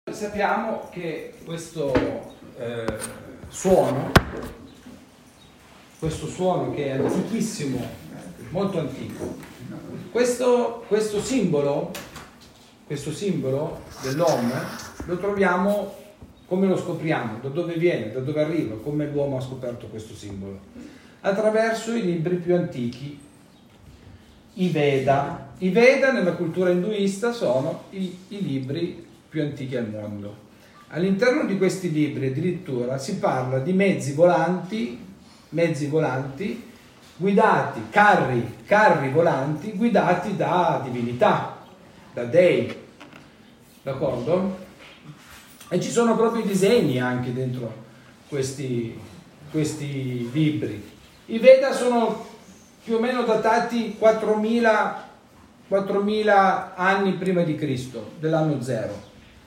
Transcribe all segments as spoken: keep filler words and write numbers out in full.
Sappiamo che questo eh, suono, questo suono che è antichissimo, molto antico, questo, questo simbolo, questo simbolo dell'Om lo troviamo, come lo scopriamo, da dove viene, da dove arriva, come l'uomo ha scoperto questo simbolo? Attraverso i libri più antichi, i Veda. I Veda nella cultura induista sono i, i libri più antichi al mondo. All'interno di questi libri addirittura si parla di mezzi volanti, mezzi volanti guidati, carri, carri volanti guidati da divinità, da dei, d'accordo? E ci sono proprio i disegni anche dentro questi, questi libri. I Veda sono più o meno datati quattromila anni prima di Cristo, dell'anno zero.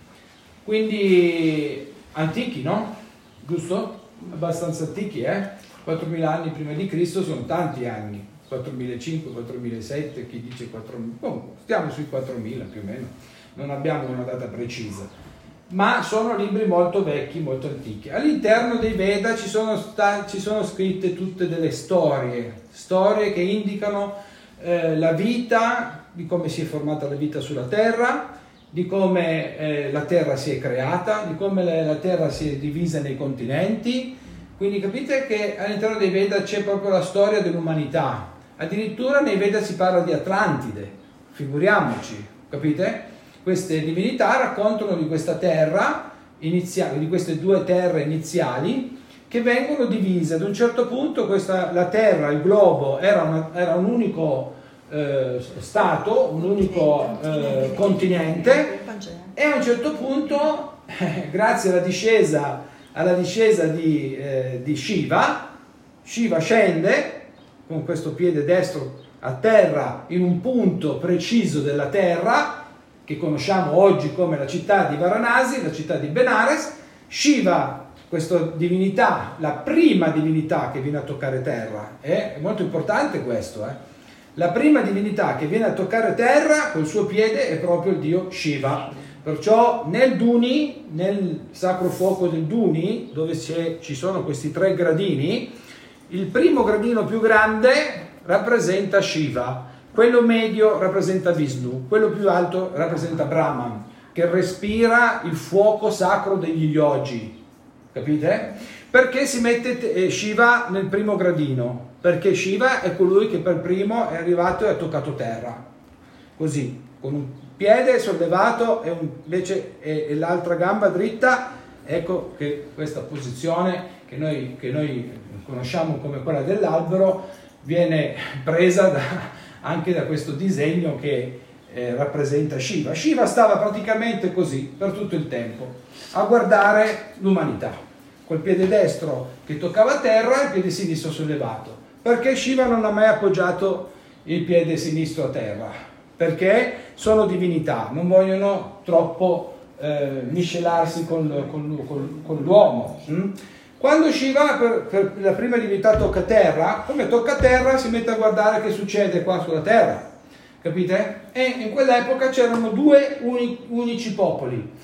Quindi antichi, no? Giusto? Abbastanza antichi, eh? quattromila anni prima di Cristo sono tanti anni, quattromilacinquecento, quattromilasette, chi dice quattromila, oh, stiamo sui quattromila più o meno, non abbiamo una data precisa, ma sono libri molto vecchi, molto antichi. All'interno dei Veda ci sono, sta, ci sono scritte tutte delle storie, storie che indicano eh, la vita, di come si è formata la vita sulla Terra, di come eh, la Terra si è creata, di come la, la Terra si è divisa nei continenti. Quindi capite che all'interno dei Veda c'è proprio la storia dell'umanità. Addirittura nei Veda si parla di Atlantide, figuriamoci, capite? Queste divinità raccontano di questa terra iniziale, di queste due terre iniziali che vengono divise. Ad un certo punto questa, la Terra, il globo, era, una, era un unico eh, stato, un unico eh, continente, e a un certo punto, eh, grazie alla discesa, alla discesa di, eh, di Shiva, Shiva scende con questo piede destro a terra in un punto preciso della terra, che conosciamo oggi come la città di Varanasi, la città di Benares. Shiva, questa divinità, la prima divinità che viene a toccare terra, è molto importante questo, eh? La prima divinità che viene a toccare terra col suo piede è proprio il dio Shiva. Perciò nel Duni, nel sacro fuoco del Duni, dove ci sono questi tre gradini, il primo gradino più grande rappresenta Shiva, quello medio rappresenta Vishnu, quello più alto rappresenta Brahman, che respira il fuoco sacro degli yogi, capite? Perché si mette Shiva nel primo gradino? Perché Shiva è colui che per primo è arrivato e ha toccato terra, così, con un piede sollevato e un, invece e, e l'altra gamba dritta. Ecco che questa posizione che noi, che noi conosciamo come quella dell'albero viene presa da, anche da questo disegno che eh, rappresenta Shiva. Shiva stava praticamente così per tutto il tempo a guardare l'umanità, col piede destro che toccava terra e il piede sinistro sollevato. Perché Shiva non ha mai appoggiato il piede sinistro a terra? Perché sono divinità, non vogliono troppo eh, miscelarsi con, con, con, con l'uomo. Mm? Quando Shiva, per, per la prima divinità, tocca terra, come tocca terra si mette a guardare che succede qua sulla terra, capite? E in quell'epoca c'erano due uni, unici popoli,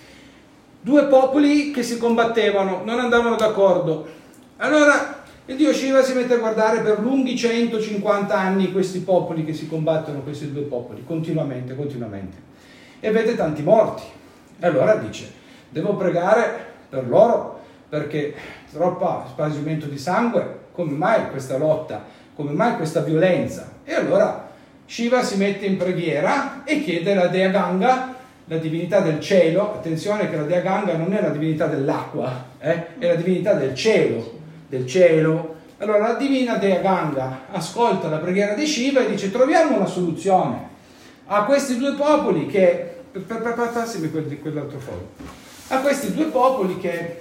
due popoli che si combattevano, non andavano d'accordo. Allora il dio Shiva si mette a guardare per lunghi centocinquanta anni questi popoli che si combattono, questi due popoli, continuamente, continuamente, e vede tanti morti. E allora dice, devo pregare per loro, perché troppo spargimento di sangue, come mai questa lotta, come mai questa violenza? E allora Shiva si mette in preghiera e chiede alla dea Ganga, la divinità del cielo. Attenzione che la dea Ganga non è la divinità dell'acqua, eh? È la divinità del cielo, del cielo. Allora la divina dea Ganga ascolta la preghiera di Shiva e dice, troviamo una soluzione a questi due popoli che, per, per, per passimi quel, quell'altro foglio, a questi due popoli che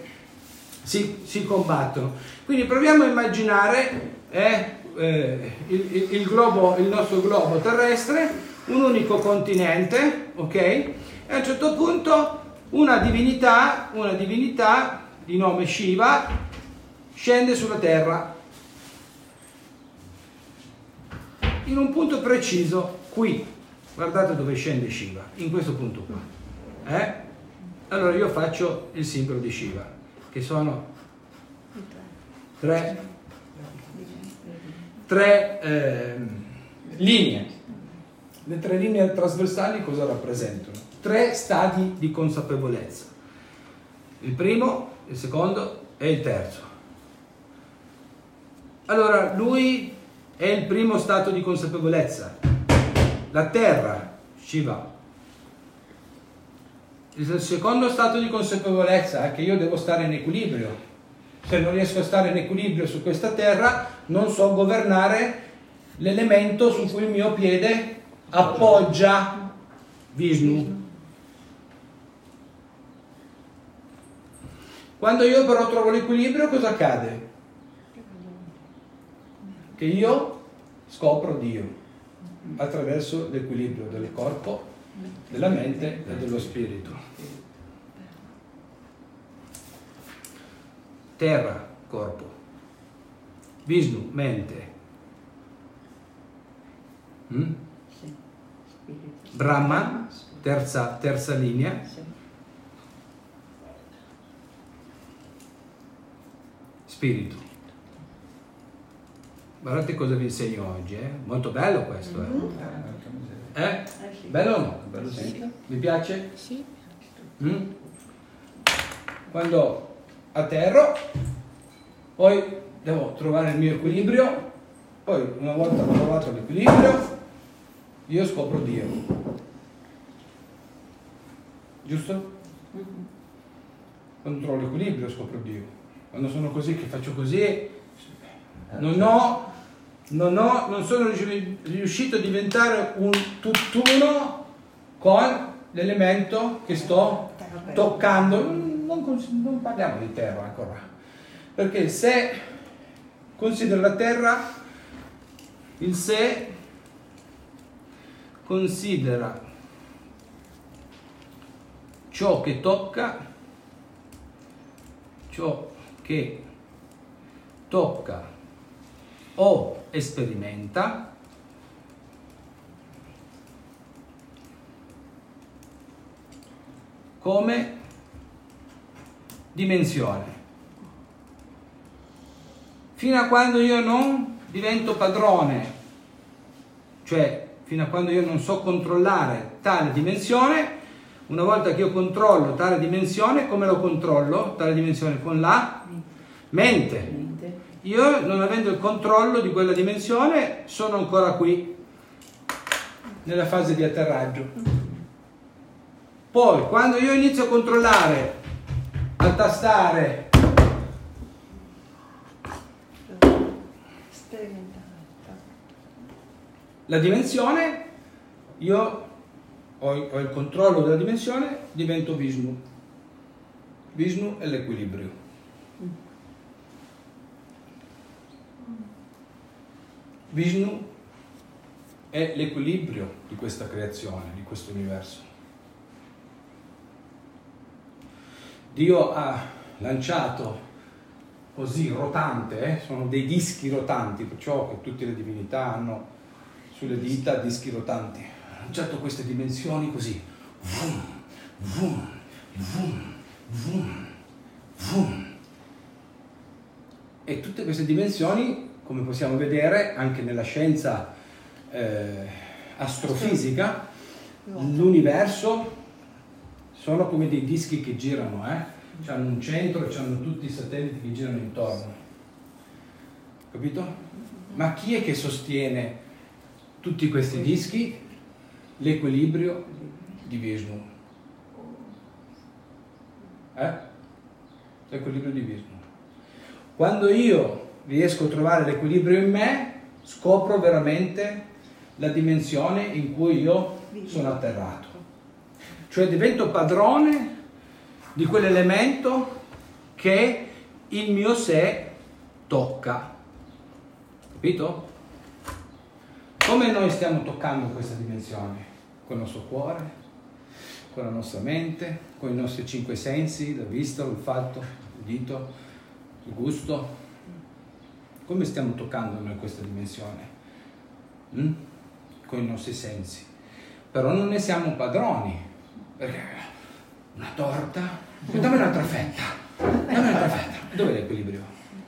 si, si combattono. Quindi proviamo a immaginare eh, eh, il, il, il globo, il nostro globo terrestre, un unico continente, ok? E a un certo punto una divinità, una divinità di nome Shiva scende sulla terra in un punto preciso qui. Guardate dove scende Shiva, in questo punto qua, eh? allora io faccio il simbolo di Shiva, che sono tre, tre eh, linee. Le tre linee trasversali cosa rappresentano? Tre stadi di consapevolezza. Il primo, il secondo e il terzo. Allora, lui è il primo stato di consapevolezza. La terra, Shiva. Il secondo stato di consapevolezza è che io devo stare in equilibrio. Se non riesco a stare in equilibrio su questa terra, non so governare l'elemento su cui il mio piede appoggia Vishnu. Quando io però trovo l'equilibrio, cosa accade? Che io scopro Dio attraverso l'equilibrio del corpo, della mente e dello spirito. Terra, corpo. Vishnu, mente. Mm? Brahma, terza, terza linea. Spirito. Guardate cosa vi insegno oggi, eh? Molto bello questo, eh? Eh? Bello o no? Bello, sì. Vi piace? Sì. Mm? Quando atterro, poi devo trovare il mio equilibrio, poi una volta trovato l'equilibrio, io scopro Dio. Giusto? Quando trovo l'equilibrio scopro Dio. Quando sono così, che faccio così, non ho, non ho, non sono riuscito a diventare un tutt'uno con l'elemento che sto toccando. Non, non parliamo di terra ancora, perché se considero la terra, il se considera ciò che tocca, ciò che tocca o sperimenta come dimensione. Fino a quando io non divento padrone, cioè fino a quando io non so controllare tale dimensione, una volta che io controllo tale dimensione, come lo controllo tale dimensione? Con la mente. Io, non avendo il controllo di quella dimensione, sono ancora qui, nella fase di atterraggio. Poi, quando io inizio a controllare, a tastare, la dimensione, io ho, ho il controllo della dimensione, divento Vishnu. Vishnu è l'equilibrio. Vishnu è l'equilibrio di questa creazione, di questo universo. Dio ha lanciato così rotante, eh? Sono dei dischi rotanti, perciò che tutte le divinità hanno sulle dita dischi rotanti. Ha lanciato queste dimensioni così, vum, vum, vum, vum, vum. E tutte queste dimensioni, come possiamo vedere anche nella scienza eh, astrofisica, l'universo sono come dei dischi che girano, eh? C'hanno un centro e c'hanno tutti i satelliti che girano intorno. Capito? Ma chi è che sostiene tutti questi dischi? L'equilibrio di Vishnu. Eh? L'equilibrio di Vishnu. Quando io riesco a trovare l'equilibrio in me, scopro veramente la dimensione in cui io sono atterrato. Cioè divento padrone di quell'elemento che il mio sé tocca. Capito? Come noi stiamo toccando questa dimensione? Con il nostro cuore, con la nostra mente, con i nostri cinque sensi, la vista, l'olfatto, l'udito, il gusto. Come stiamo toccando noi questa dimensione? Mm? Con i nostri sensi. Però non ne siamo padroni, perché una torta, dammi un'altra fetta, dammi un'altra fetta. Dov'è l'equilibrio?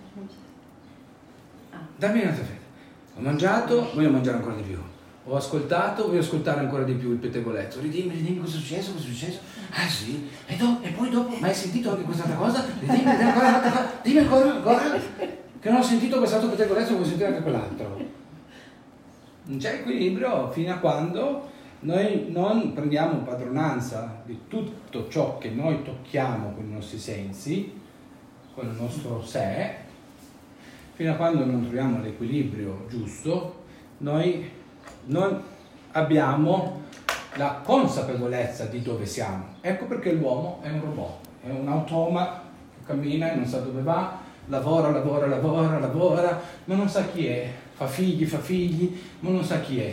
Dammi un'altra fetta. Ho mangiato, voglio mangiare ancora di più. Ho ascoltato, voglio ascoltare ancora di più il pettegolezzo. Ridimmi, ridimmi cosa è successo, cosa è successo. Ah sì, e, do, e poi dopo, ma hai sentito anche quest'altra cosa? Ridimmi, dimmi ancora, dimmi ancora, ancora. Che non ho sentito quest'altro pettegolezzo, voglio sentire anche quell'altro. Non c'è equilibrio fino a quando noi non prendiamo padronanza di tutto ciò che noi tocchiamo con i nostri sensi, con il nostro sé, fino a quando non troviamo l'equilibrio giusto, noi non abbiamo la consapevolezza di dove siamo. Ecco perché l'uomo è un robot, è un automa che cammina e non sa dove va, lavora, lavora, lavora, lavora, ma non sa chi è, fa figli, fa figli, ma non sa chi è.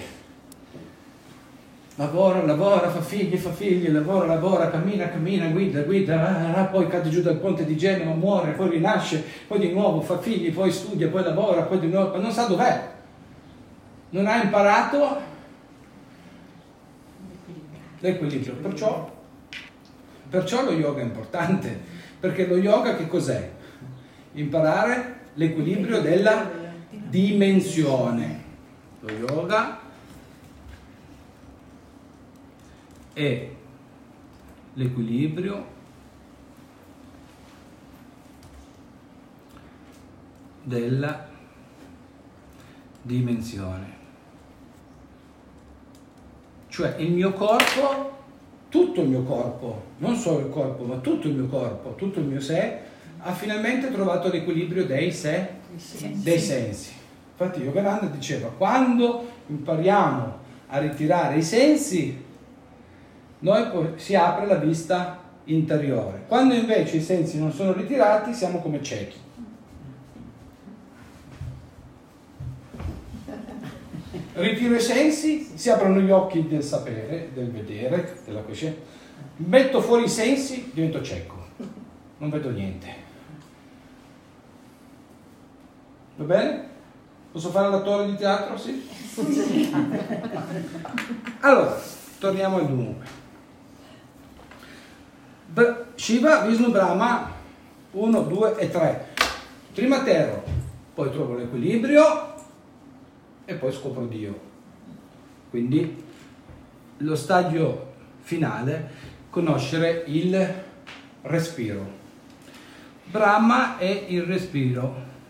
Lavora, lavora, fa figli, fa figli, lavora, lavora, cammina, cammina, guida, guida, ah, poi cade giù dal ponte di Genova, muore, poi rinasce, poi di nuovo fa figli, poi studia, poi lavora, poi di nuovo, ma non sa dov'è. Non ha imparato l'equilibrio. Perciò, perciò lo yoga è importante, perché lo yoga che cos'è? Imparare l'equilibrio della dimensione. Lo yoga è l'equilibrio della dimensione. Cioè il mio corpo, tutto il mio corpo, non solo il corpo, ma tutto il mio corpo, tutto il mio sé, ha finalmente trovato l'equilibrio dei sé, dei sensi. Infatti Yogananda diceva, quando impariamo a ritirare i sensi, noi poi si apre la vista interiore. Quando invece i sensi non sono ritirati, siamo come ciechi. Ritiro i sensi, si aprono gli occhi del sapere, del vedere, della coscienza. Metto fuori i sensi, divento cieco. Non vedo niente. Va bene? Posso fare l'attore di teatro? Sì? Allora, torniamo al dunque. Shiva, Vishnu, Brahma, uno, due e tre. Prima atterro, poi trovo l'equilibrio e poi scopro Dio. Quindi lo stadio finale, conoscere il respiro. Brahma è il respiro.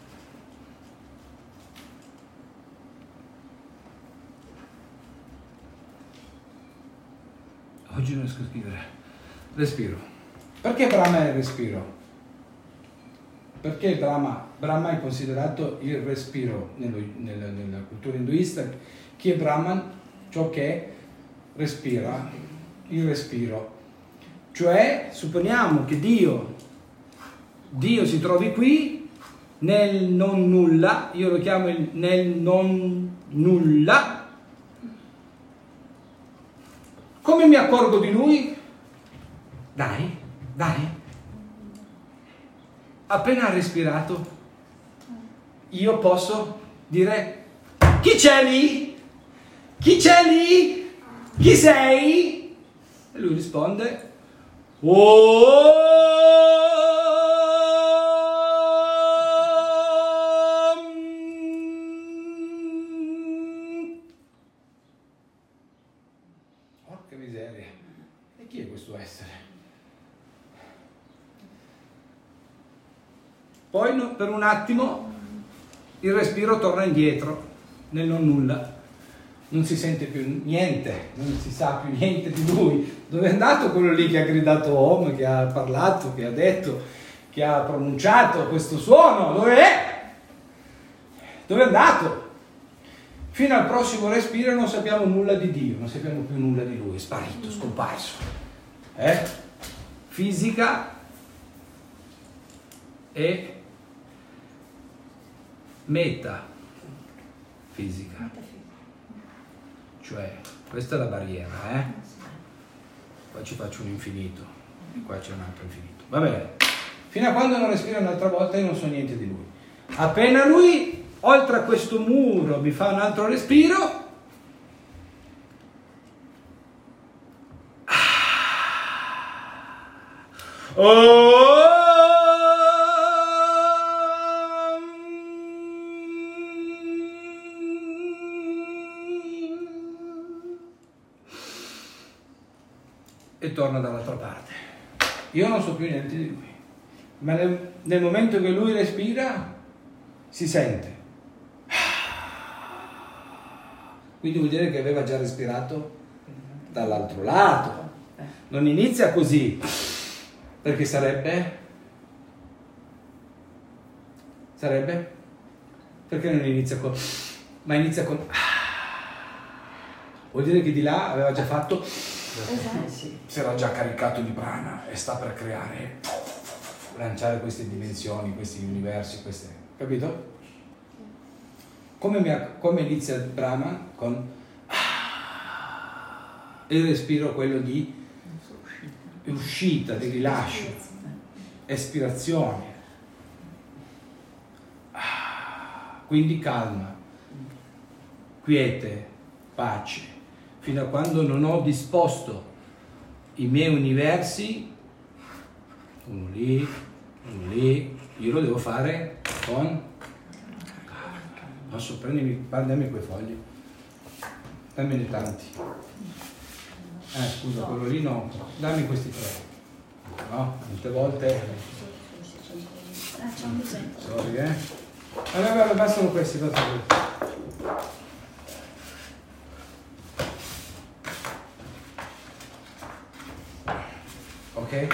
Oggi non riesco a scrivere. Respiro. Perché Brahma è il respiro? Perché Brahma, Brahma è considerato il respiro nello, nella, nella cultura induista. Chi è Brahman? Ciò che respira, il respiro. Cioè, supponiamo che Dio, Dio si trovi qui, nel non nulla, io lo chiamo il nel non nulla. Come mi accorgo di Lui? Dai, dai. Appena respirato, io posso dire: chi c'è lì? Chi c'è lì? Chi sei? E lui risponde: oh! Porca miseria, e chi è questo essere? Poi no, per un attimo il respiro torna indietro nel non nulla, non si sente più niente, non si sa più niente di lui. Dove è andato quello lì che ha gridato Om, che ha parlato, che ha detto, che ha pronunciato questo suono? Dove è? Dove è andato? Fino al prossimo respiro non sappiamo nulla di Dio, non sappiamo più nulla di lui, è sparito, scomparso. Eh? Fisica e metafisica, cioè questa è la barriera, eh? Poi ci faccio un infinito e qua c'è un altro infinito, va bene, fino a quando non respiro un'altra volta io non so niente di lui. Appena lui oltre a questo muro mi fa un altro respiro, Oh! E torna dall'altra parte. Io non so più niente di lui, ma nel, nel momento che lui respira si sente. Quindi vuol dire che aveva già respirato dall'altro lato. Non inizia così, perché sarebbe? Sarebbe? Perché non inizia con? Ma inizia con. Vuol dire che di là aveva già fatto. Esatto. Si era già caricato di prana e sta per creare, lanciare queste dimensioni, questi universi, queste, capito? Come, mi, come inizia il Brahman? Con il respiro, quello di uscita, di rilascio, espirazione, quindi calma, quiete, pace, fino a quando non ho disposto i miei universi, uno lì, uno lì, io lo devo fare con. Posso prendimi, dammi quei fogli, dammene tanti. Eh scusa, quello lì no, dammi questi tre. No, molte volte. Sorry, eh. Vabbè, vabbè, bastano questi, bastano questi. Ok?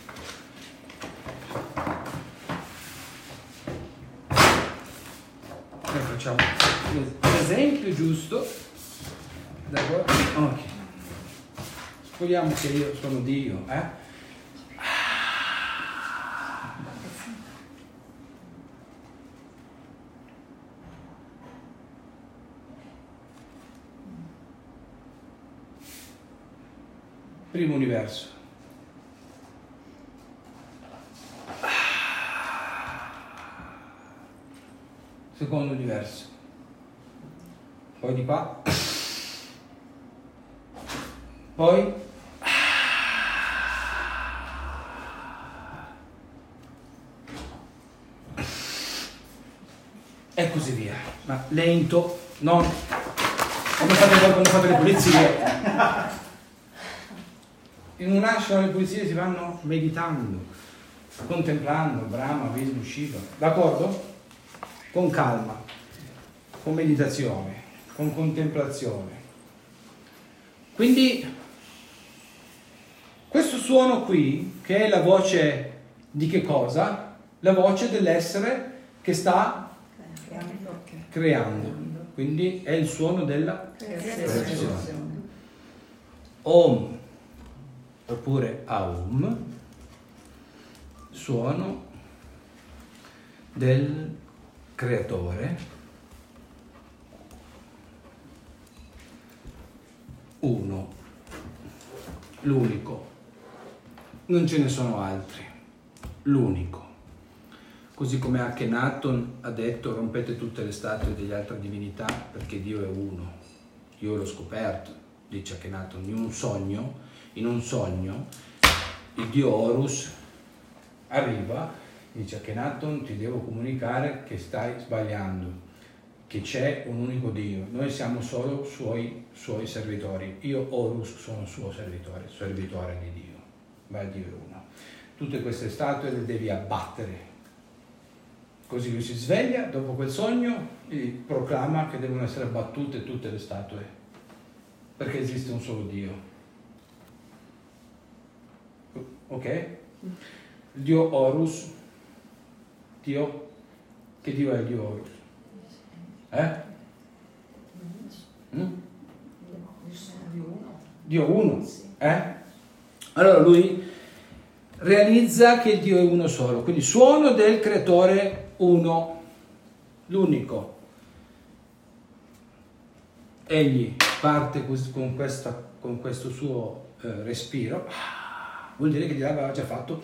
Facciamo l'esempio giusto, d'accordo? Ok. Speriamo che io sono Dio, eh? Primo universo. Secondo universo, poi di qua, poi e così via, ma lento, non come fate voi quando fate le pulizie. In un ashram le pulizie si vanno meditando, contemplando Brahma, Vishnu, Shiva, d'accordo? Con calma, con meditazione, con contemplazione. Quindi questo suono qui, che è la voce di che cosa? La voce dell'essere che sta creando. Quindi è il suono della creazione. Om, oppure Aum, suono del creatore, uno, l'unico, non ce ne sono altri, l'unico. Così come Akhenaton ha detto: rompete tutte le statue delle altre divinità perché Dio è uno. Io l'ho scoperto, dice Akhenaton, in un sogno, in un sogno il dio Horus arriva. Dice Akhenaton, ti devo comunicare che stai sbagliando, che c'è un unico Dio, noi siamo solo suoi, suoi servitori, io Horus sono suo servitore, servitore di Dio, ma Dio è uno. Tutte queste statue le devi abbattere. Così lui si sveglia dopo quel sogno e proclama che devono essere abbattute tutte le statue, perché esiste un solo Dio. Ok? Il dio Horus. Dio, che Dio è il dio Horus? Eh? Mm? Dio uno, eh? Allora lui realizza che il Dio è uno solo, quindi suono del creatore uno, l'unico. Egli parte con, questa, con questo suo eh, respiro, vuol dire che di là aveva già fatto.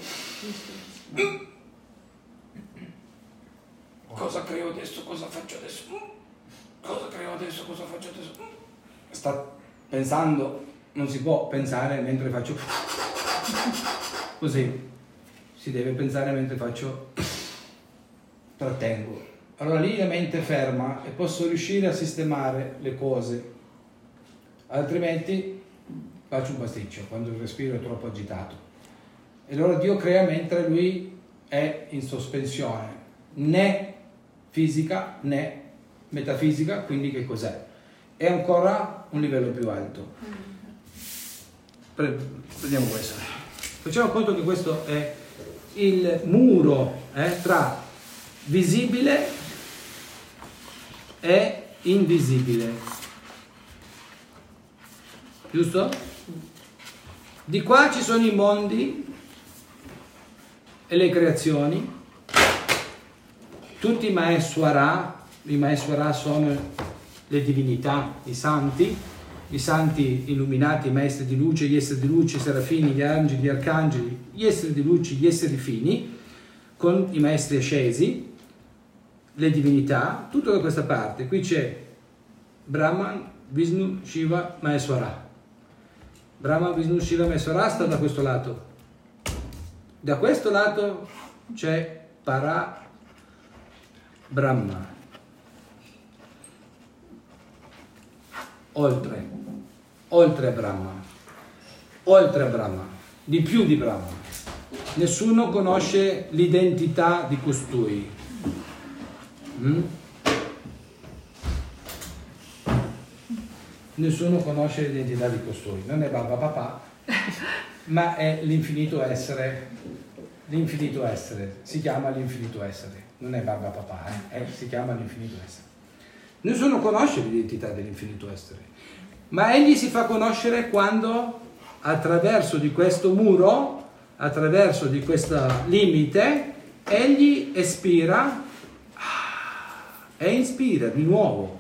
Cosa creo adesso? Cosa faccio adesso? Cosa creo adesso? Cosa faccio adesso? Sta pensando, non si può pensare mentre faccio così. si deve pensare mentre faccio, trattengo. Allora lì la mente è ferma e posso riuscire a sistemare le cose, altrimenti faccio un pasticcio quando il respiro è troppo agitato. E allora Dio crea mentre lui è in sospensione, né fisica né metafisica, quindi che cos'è? È ancora un livello più alto. Prendiamo questo. Facciamo conto che questo è il muro eh, tra visibile e invisibile. Giusto? Di qua ci sono i mondi e le creazioni, tutti i Maheshwara. I Maheshwara sono le divinità, i santi, i santi illuminati, i maestri di luce, gli esseri di luce, i serafini, gli angeli, gli arcangeli, gli esseri di luce, gli esseri fini, con i maestri ascesi, le divinità, tutto da questa parte. Qui c'è Brahman, Vishnu, Shiva, Maheshwara. Brahman, Vishnu, Shiva, Maheshwara sta da questo lato. Da questo lato c'è Para Brahma. Oltre, oltre a Brahma, oltre a Brahma, di più di Brahma. Nessuno conosce l'identità di costui. Mm? Nessuno conosce l'identità di costui. Non è Baba Papà, ma è l'infinito essere. L'infinito essere. Si chiama l'infinito essere. Non è Baba Papà, eh? È, si chiama l'infinito essere. Nessuno conosce l'identità dell'infinito essere, ma egli si fa conoscere quando attraverso di questo muro, attraverso di questo limite, egli espira e inspira di nuovo.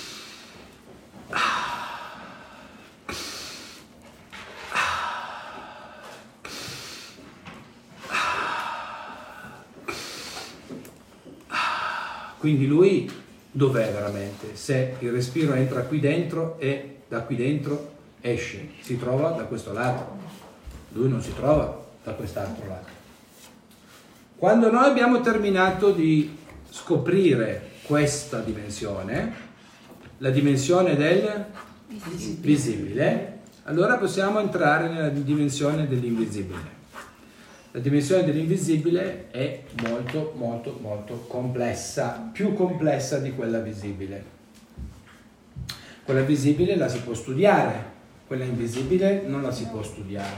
Quindi lui dov'è veramente? Se il respiro entra qui dentro e da qui dentro esce, si trova da questo lato, lui non si trova da quest'altro lato. Quando noi abbiamo terminato di scoprire questa dimensione, la dimensione del visibile, visibile, allora possiamo entrare nella dimensione dell'invisibile. La dimensione dell'invisibile è molto, molto, molto complessa, più complessa di quella visibile. Quella visibile la si può studiare, quella invisibile non la si può studiare.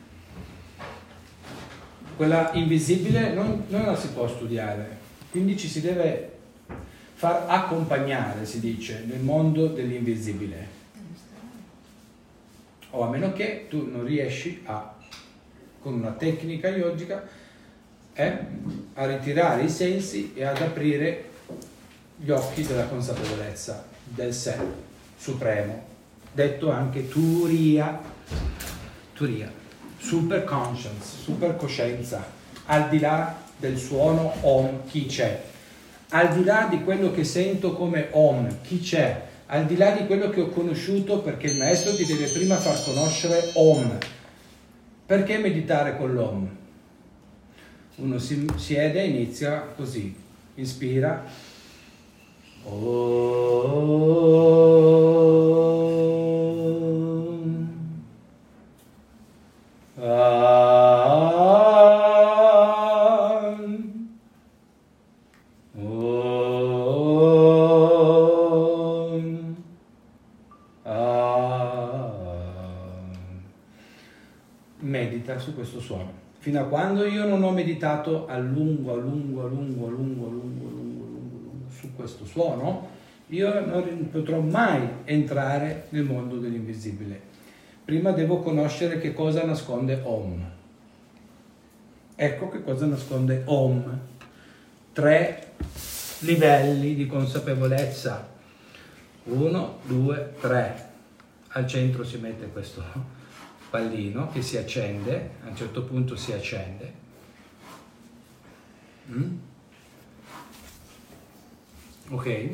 Quella invisibile non, non la si può studiare, quindi ci si deve far accompagnare, si dice, nel mondo dell'invisibile. O a meno che tu non riesci a, con una tecnica yogica, eh, a ritirare i sensi e ad aprire gli occhi della consapevolezza del sé supremo, detto anche Turiya, Turiya, super conscience, super coscienza, al di là del suono Om, chi c'è, al di là di quello che sento come Om, chi c'è, al di là di quello che ho conosciuto, perché il maestro ti deve prima far conoscere Om. Perché meditare con l'Om? Uno si siede e inizia così, inspira, Om, Am, Om, Am. Medita su questo suono. Fino a quando io non ho meditato a lungo, a lungo, a lungo, a lungo, a lungo, a lungo, a lungo, a lungo su questo suono, io non potrò mai entrare nel mondo dell'invisibile. Prima devo conoscere che cosa nasconde Om. Ecco che cosa nasconde Om. Tre livelli di consapevolezza. Uno, due, tre. Al centro si mette questo pallino che si accende, a un certo punto si accende. Mm? Ok?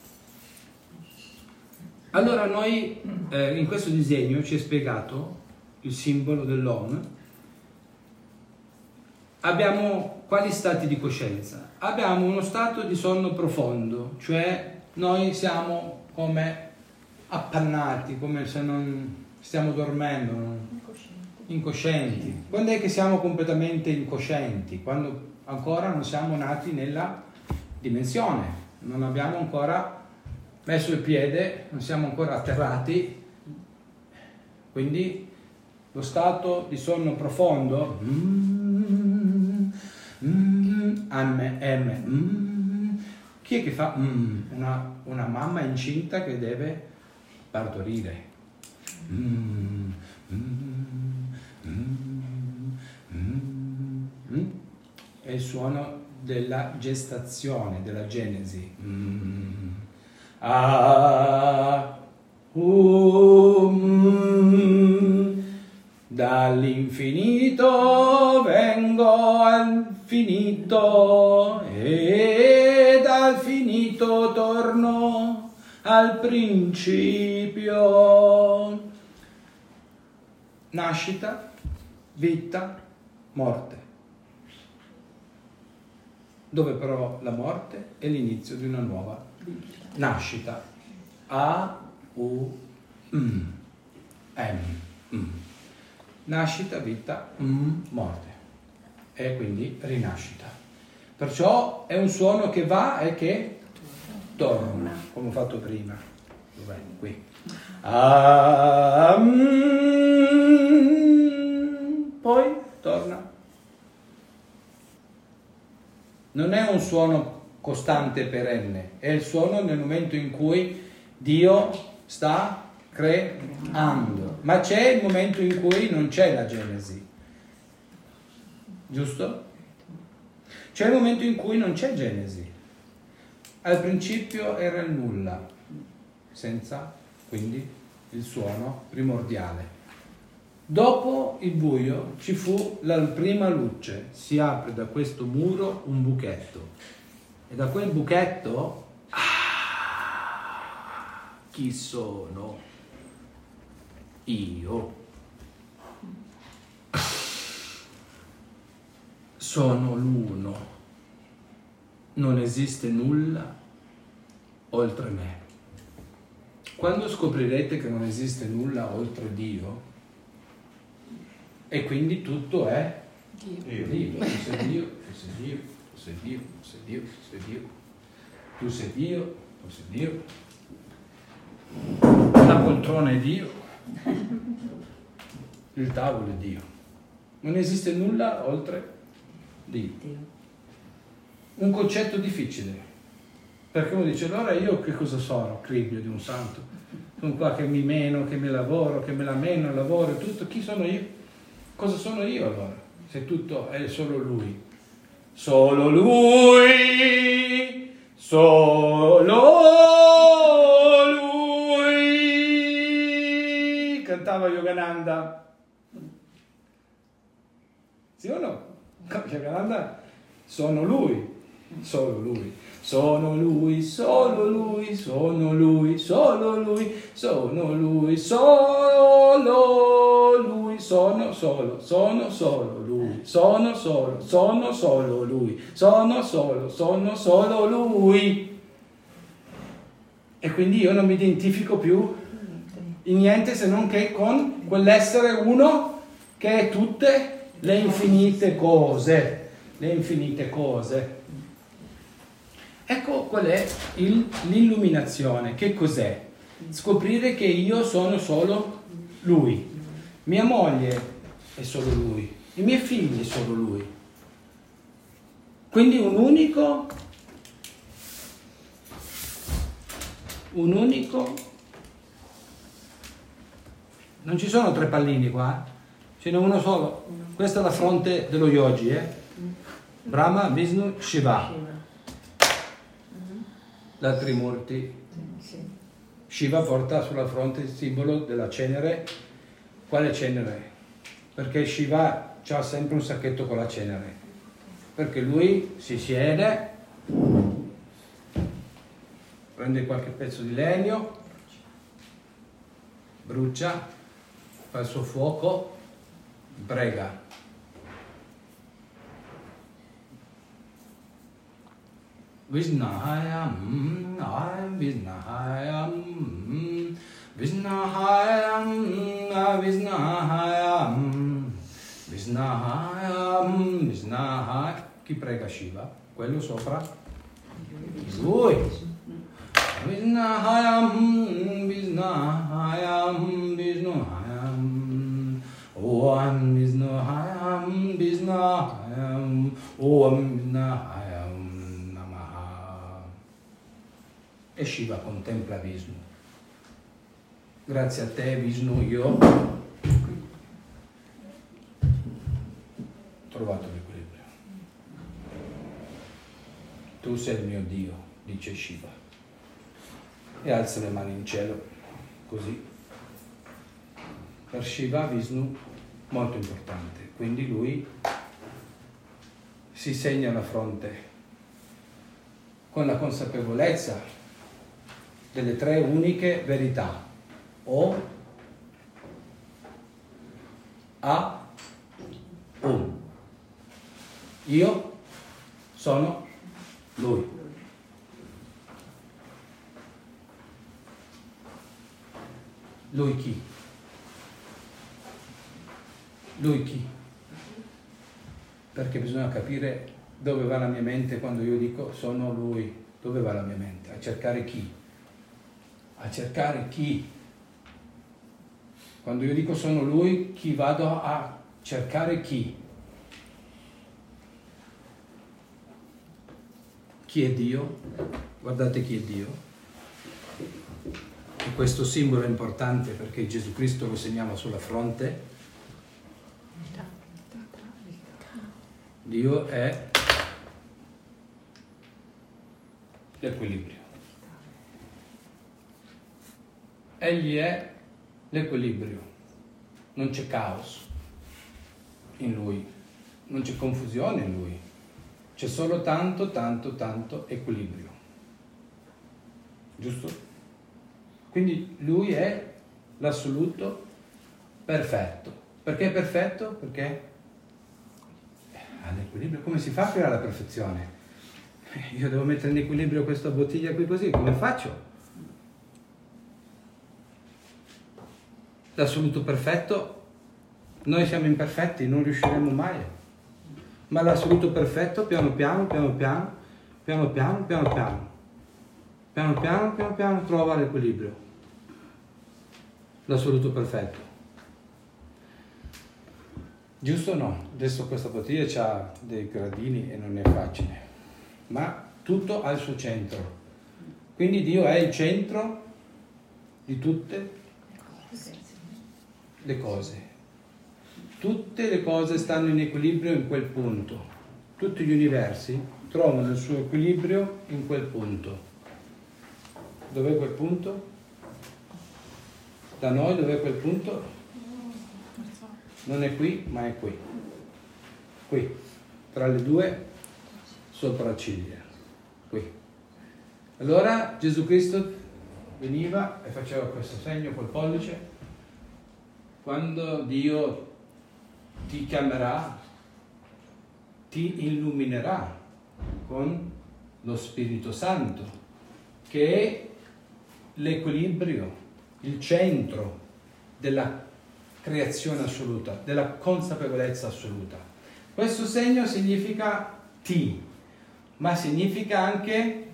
Allora noi eh, in questo disegno ci è spiegato il simbolo dell'Om abbiamo quali stati di coscienza? Abbiamo uno stato di sonno profondo, cioè noi siamo come appannati, come se non stiamo dormendo, incoscienti. incoscienti. Quando è che siamo completamente incoscienti? Quando ancora non siamo nati nella dimensione, non abbiamo ancora messo il piede, non siamo ancora atterrati, quindi lo stato di sonno profondo, mm, mm, M, M, mm, chi è che fa mm? Una, una mamma incinta che deve partorire. Mm, mm, mm, mm, mm. È il suono della gestazione, della genesi. Mm. Ah, um, dall'infinito vengo al finito e dal finito torno al principio. Nascita, vita, morte. Dove però la morte è l'inizio di una nuova nascita. A, U, M, M, M. Nascita, vita, M, morte. E quindi rinascita. Perciò è un suono che va e che torna, come ho fatto prima. Dov'è? Qui. A, M, poi torna. Non è un suono costante e perenne, è il suono nel momento in cui Dio sta creando, ma c'è il momento in cui non c'è la Genesi, giusto? C'è il momento in cui non c'è Genesi. Al principio era il nulla, senza quindi il suono primordiale. Dopo il buio ci fu la prima luce, si apre da questo muro un buchetto e da quel buchetto, ah, chi sono? Io. Sono l'uno, non esiste nulla oltre me. Quando scoprirete che non esiste nulla oltre Dio, e quindi tutto è Dio. Dio. Tu sei Dio, tu sei Dio, tu sei Dio, tu sei Dio, tu sei Dio, tu sei Dio, tu sei Dio. La poltrona è Dio, il tavolo è Dio. Non esiste nulla oltre Dio. Un concetto difficile, perché uno dice allora io che cosa sono? Cribbio di un santo, sono qua che mi meno, che mi lavoro, che me la meno, lavoro, tutto. Chi sono io? Cosa sono io allora? Se tutto è solo Lui. Solo Lui, solo Lui, cantava Yogananda. Sì o no? Yogananda, sono Lui, solo Lui. Sono Lui, solo Lui, sono Lui, solo Lui, sono Lui, solo Lui, sono solo, sono solo Lui, sono solo, sono solo Lui, sono solo, sono solo Lui. E quindi io non mi identifico più in niente se non che con quell'essere uno che è tutte le infinite cose, le infinite cose. Ecco qual è il, l'illuminazione. Che cos'è? Scoprire che io sono solo Lui. Mia moglie è solo Lui. I miei figli sono solo Lui. Quindi un unico, un unico, non ci sono tre pallini qua, ce n'è uno solo. Questa è la fronte dello yogi, eh? Brahma, Vishnu, Shiva. La Trimurti. Shiva porta sulla fronte il simbolo della cenere. Quale cenere? Perché Shiva ha sempre un sacchetto con la cenere. Perché lui si siede, prende qualche pezzo di legno, brucia, fa il suo fuoco, prega. Visnahayam, Visnahayam, Visnahayam, Visnahayam, Visnahayam, Visnahayam. Chi prega Shiva? Quello sopra? Lui. Visnahayam, Visnahayam, Visnahayam, Om Visnahayam, Visnahayam, Om Visnahayam Namaha. E Shiva contempla Vishnu. Grazie a te, Vishnu, io ho trovato l'equilibrio. Tu sei il mio Dio, dice Shiva. E alza le mani in cielo, così. Per Shiva, Vishnu, molto importante. Quindi lui si segna la fronte con la consapevolezza delle tre uniche verità. O, A, Om. Io sono lui. Lui chi? Lui chi? Perché bisogna capire dove va la mia mente quando io dico sono lui. Dove va la mia mente? A cercare chi? A cercare chi? Quando io dico sono lui, chi vado a cercare chi? Chi è Dio? Guardate chi è Dio. E questo simbolo è importante perché Gesù Cristo lo segniamo sulla fronte. Dio è l'equilibrio. Egli è l'equilibrio. Non c'è caos in lui, non c'è confusione in lui, c'è solo tanto, tanto, tanto equilibrio. Giusto? Quindi lui è l'assoluto perfetto. Perché è perfetto? Perché ha l'equilibrio. Come si fa a creare la perfezione? Io devo mettere in equilibrio questa bottiglia qui così, come faccio? L'assoluto perfetto, noi siamo imperfetti, non riusciremo mai. Ma l'assoluto perfetto, piano piano, piano piano, piano piano, piano piano, piano piano, piano piano, trova l'equilibrio. L'assoluto perfetto. Giusto o no? Adesso questa bottiglia ha dei gradini e non è facile, ma tutto ha il suo centro. Quindi Dio è il centro di tutte le cose. Tutte le cose stanno in equilibrio in quel punto. Tutti gli universi trovano il suo equilibrio in quel punto. Dov'è quel punto? Da noi dov'è quel punto? Non è qui, ma è qui. Qui, tra le due sopracciglia. Qui. Allora Gesù Cristo veniva e faceva questo segno col pollice. Quando Dio ti chiamerà, ti illuminerà con lo Spirito Santo, che è l'equilibrio, il centro della creazione assoluta, della consapevolezza assoluta. Questo segno significa ti, ma significa anche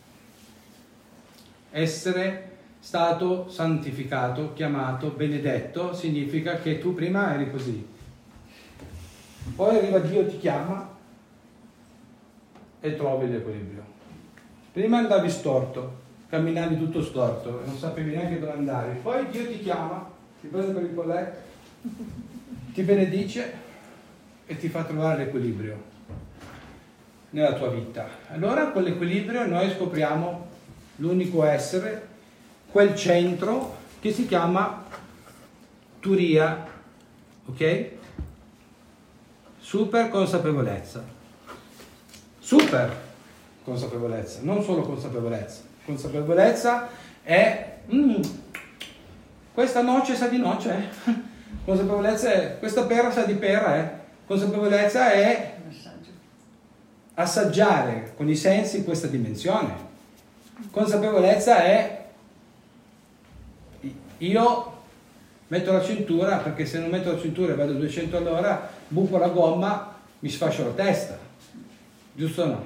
essere stato santificato, chiamato, benedetto. Significa che tu prima eri così, poi arriva Dio, ti chiama e trovi l'equilibrio. Prima andavi storto, camminavi tutto storto e non sapevi neanche dove andare, poi Dio ti chiama, ti prende per il colletto, ti benedice e ti fa trovare l'equilibrio nella tua vita. Allora con l'equilibrio noi scopriamo l'unico essere, quel centro che si chiama Turiya, ok? Super consapevolezza. Super consapevolezza, non solo consapevolezza. Consapevolezza è mm, questa noce sa di noce, eh? Consapevolezza è questa pera sa di pera, eh? Consapevolezza è assaggiare con i sensi questa dimensione. Consapevolezza è io metto la cintura, perché se non metto la cintura e vado a duecento all'ora, buco la gomma, mi sfascio la testa, giusto o no?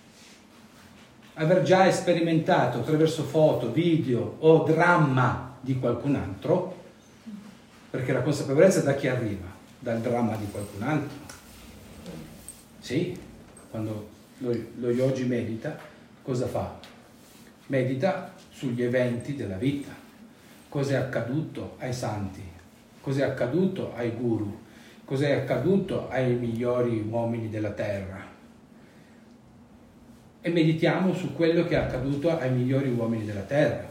Aver già sperimentato attraverso foto, video o dramma di qualcun altro, perché la consapevolezza da chi arriva? Dal dramma di qualcun altro. Sì, quando lo, lo yogi medita, cosa fa? Medita sugli eventi della vita. Cosa è accaduto ai santi? Cosa è accaduto ai guru? Cosa è accaduto ai migliori uomini della terra? E meditiamo su quello che è accaduto ai migliori uomini della terra.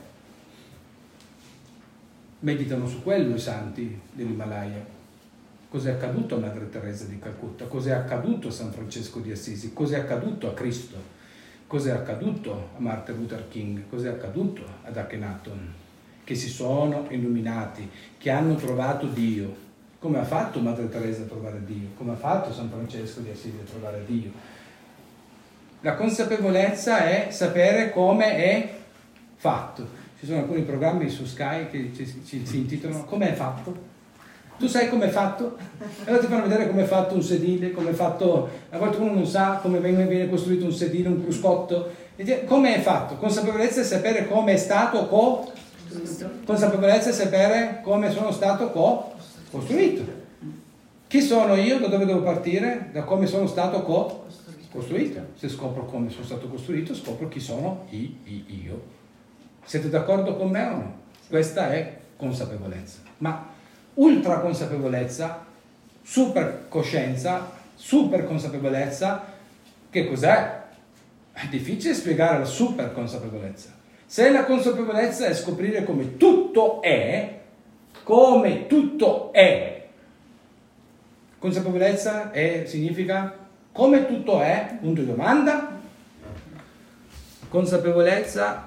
Meditano su quello i santi dell'Himalaya. Cos'è accaduto a Madre Teresa di Calcutta? Cos'è accaduto a San Francesco di Assisi? Cos'è accaduto a Cristo? Cos'è accaduto a Martin Luther King? Cos'è accaduto ad Akhenaton? Che si sono illuminati, che hanno trovato Dio. Come ha fatto Madre Teresa a trovare Dio? Come ha fatto San Francesco di Assisi a trovare Dio? La consapevolezza è sapere come è fatto. Ci sono alcuni programmi su Sky che ci, ci, si intitolano Come è fatto? Tu sai come è fatto? Allora ti fanno vedere come è fatto un sedile, come è fatto... A volte uno non sa come viene, viene costruito un sedile, un cruscotto. Come è fatto? Consapevolezza è sapere come è stato co... Consapevolezza è sapere come sono stato co... costruito. Chi sono io? Da dove devo partire? Da come sono stato co... costruito. Se scopro come sono stato costruito, scopro chi sono i, i, io. Siete d'accordo con me o no? Questa è consapevolezza. Ma ultra consapevolezza, super coscienza, super consapevolezza, che cos'è? È difficile spiegare la super consapevolezza. Se la consapevolezza è scoprire come tutto è, come tutto è, consapevolezza è, significa come tutto è, punto di domanda. Consapevolezza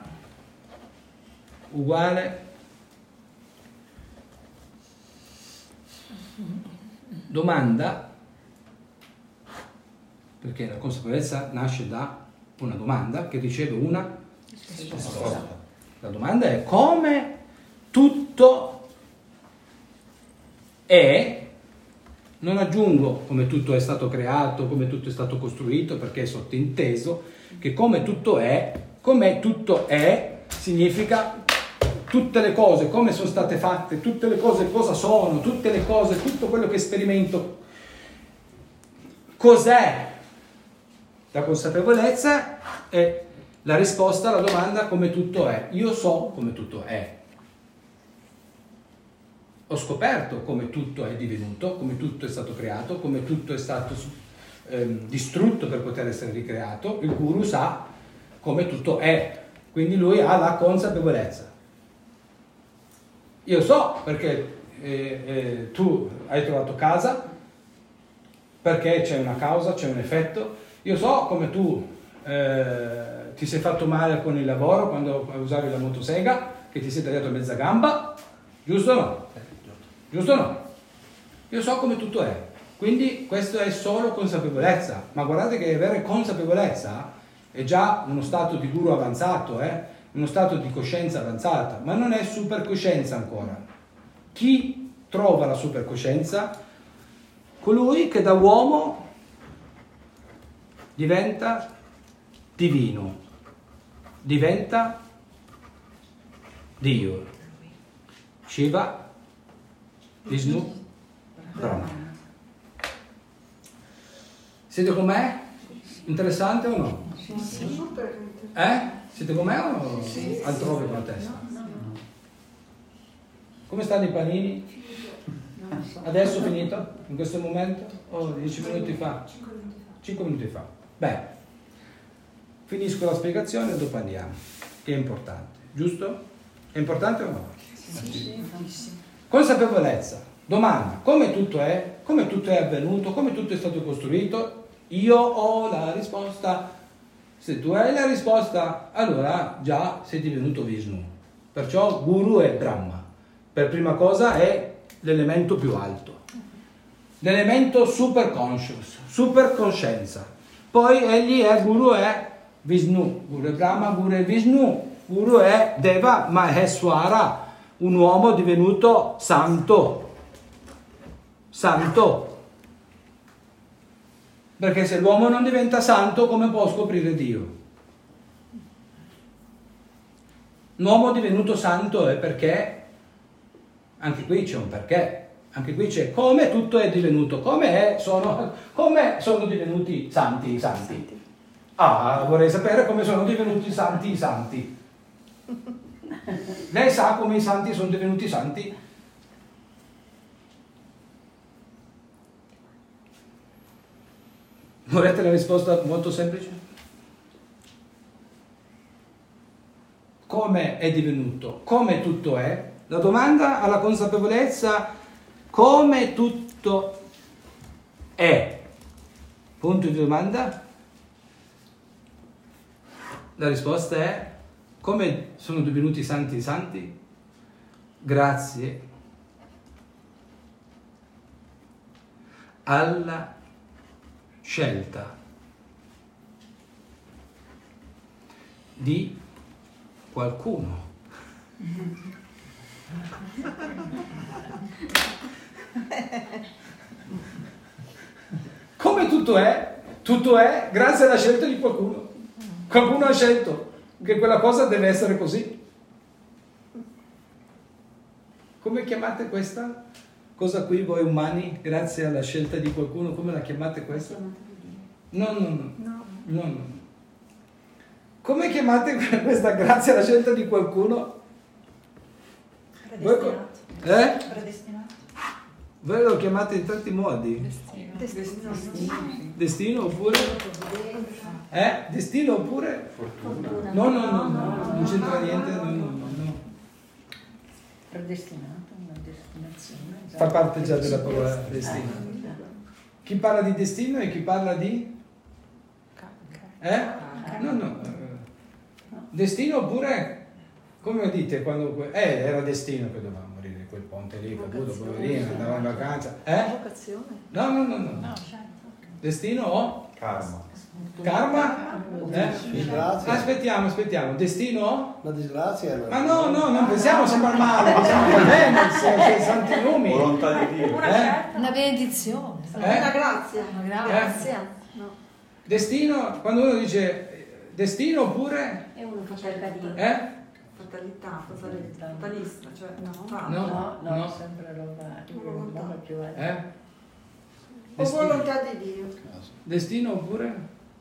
uguale domanda, perché la consapevolezza nasce da una domanda che riceve una risposta. La domanda è come tutto è. Non aggiungo come tutto è stato creato, come tutto è stato costruito, perché è sottinteso che come tutto è, come tutto è, significa tutte le cose, come sono state fatte, tutte le cose cosa sono, tutte le cose, tutto quello che sperimento. Cos'è? La consapevolezza è la risposta alla domanda come tutto è. Io so come tutto è. Ho scoperto come tutto è divenuto, come tutto è stato creato, come tutto è stato ehm, distrutto per poter essere ricreato. Il guru sa come tutto è, quindi lui ha la consapevolezza. Io so perché eh, eh, tu hai trovato casa, perché c'è una causa, c'è un effetto. Io so come tu eh, ti sei fatto male con il lavoro quando usavi la motosega, che ti sei tagliato mezza gamba, giusto o no? Giusto o no? Io so come tutto è. Quindi questo è solo consapevolezza. Ma guardate che avere consapevolezza è già uno stato di guru avanzato, eh? Uno stato di coscienza avanzata, ma non è supercoscienza ancora. Chi trova la supercoscienza? Colui che da uomo diventa divino, diventa Dio. Shiva, Vishnu, Brahma. Siete con me? Interessante o no? Sì. Eh? Siete con me o Sì. altrove con la testa? Come stanno i panini? Adesso finito? In questo momento? O dieci minuti fa? cinque minuti fa. Beh, finisco la spiegazione e dopo andiamo, che è importante, giusto? È importante o no? Sì. Consapevolezza. Domanda, come tutto è? Come tutto è avvenuto? Come tutto è stato costruito? Io ho la risposta. Se tu hai la risposta, allora già sei divenuto Vishnu. Perciò Guru è Brahma. Per prima cosa è l'elemento più alto. L'elemento super conscious, super coscienza. Poi egli è, Guru è Vishnu, Guru è Brahma, Guru è Vishnu, Guru è Deva Maheswara, un uomo divenuto santo, santo. Perché se l'uomo non diventa santo, come può scoprire Dio? L'uomo divenuto santo è perché, anche qui c'è un perché, anche qui c'è come tutto è divenuto, come, è, sono, come sono divenuti santi i santi. Ah, vorrei sapere come sono divenuti santi i santi. Lei sa come i santi sono divenuti santi? Volete la risposta molto semplice? Come è divenuto? Come tutto è? La domanda alla consapevolezza come tutto è. Punto di domanda. La risposta è come sono divenuti santi i santi? Grazie alla scelta di qualcuno. Come tutto è? Tutto è grazie alla scelta di qualcuno. Qualcuno ha scelto che quella cosa deve essere così. Come chiamate questa cosa qui voi umani, grazie alla scelta di qualcuno? Come la chiamate questa? No, no, no. No, no, no. Come chiamate questa grazie alla scelta di qualcuno? Predestinato. Eh? Predestinato. Voi lo chiamate in tanti modi. Destino. Destino. Destino oppure? Eh? Destino oppure? Fortuna. No, no, no, no, non c'entra niente, no, no, no, no. Predestinato, una destinazione. Fa parte già della parola destino. Chi parla di destino e chi parla di? Eh? No, no. Destino oppure, come dite, quando... Eh, era destino che doveva morire quel ponte lì, caputo, poverino, andava in vacanza. Eh? Vocazione. No, no, no, no. Destino o? Karma. Karma? Eh? Disgrazia. Aspettiamo, aspettiamo. Destino o? La disgrazia. Ma no, no, non pensiamo sempre al male, pensiamo al bene, sei santi nomi. Volontà di Dio. Eh? Una benedizione. Eh? Una grazia. Una grazia. No. Destino, quando uno dice destino oppure? È uno che cerca di... Eh? Fatalità, fatalità, fatalista, cioè no, fa. No, No, no, no. sempre roba, Volontà. roba più alta. Eh? O Destino. volontà di Dio. Destino oppure?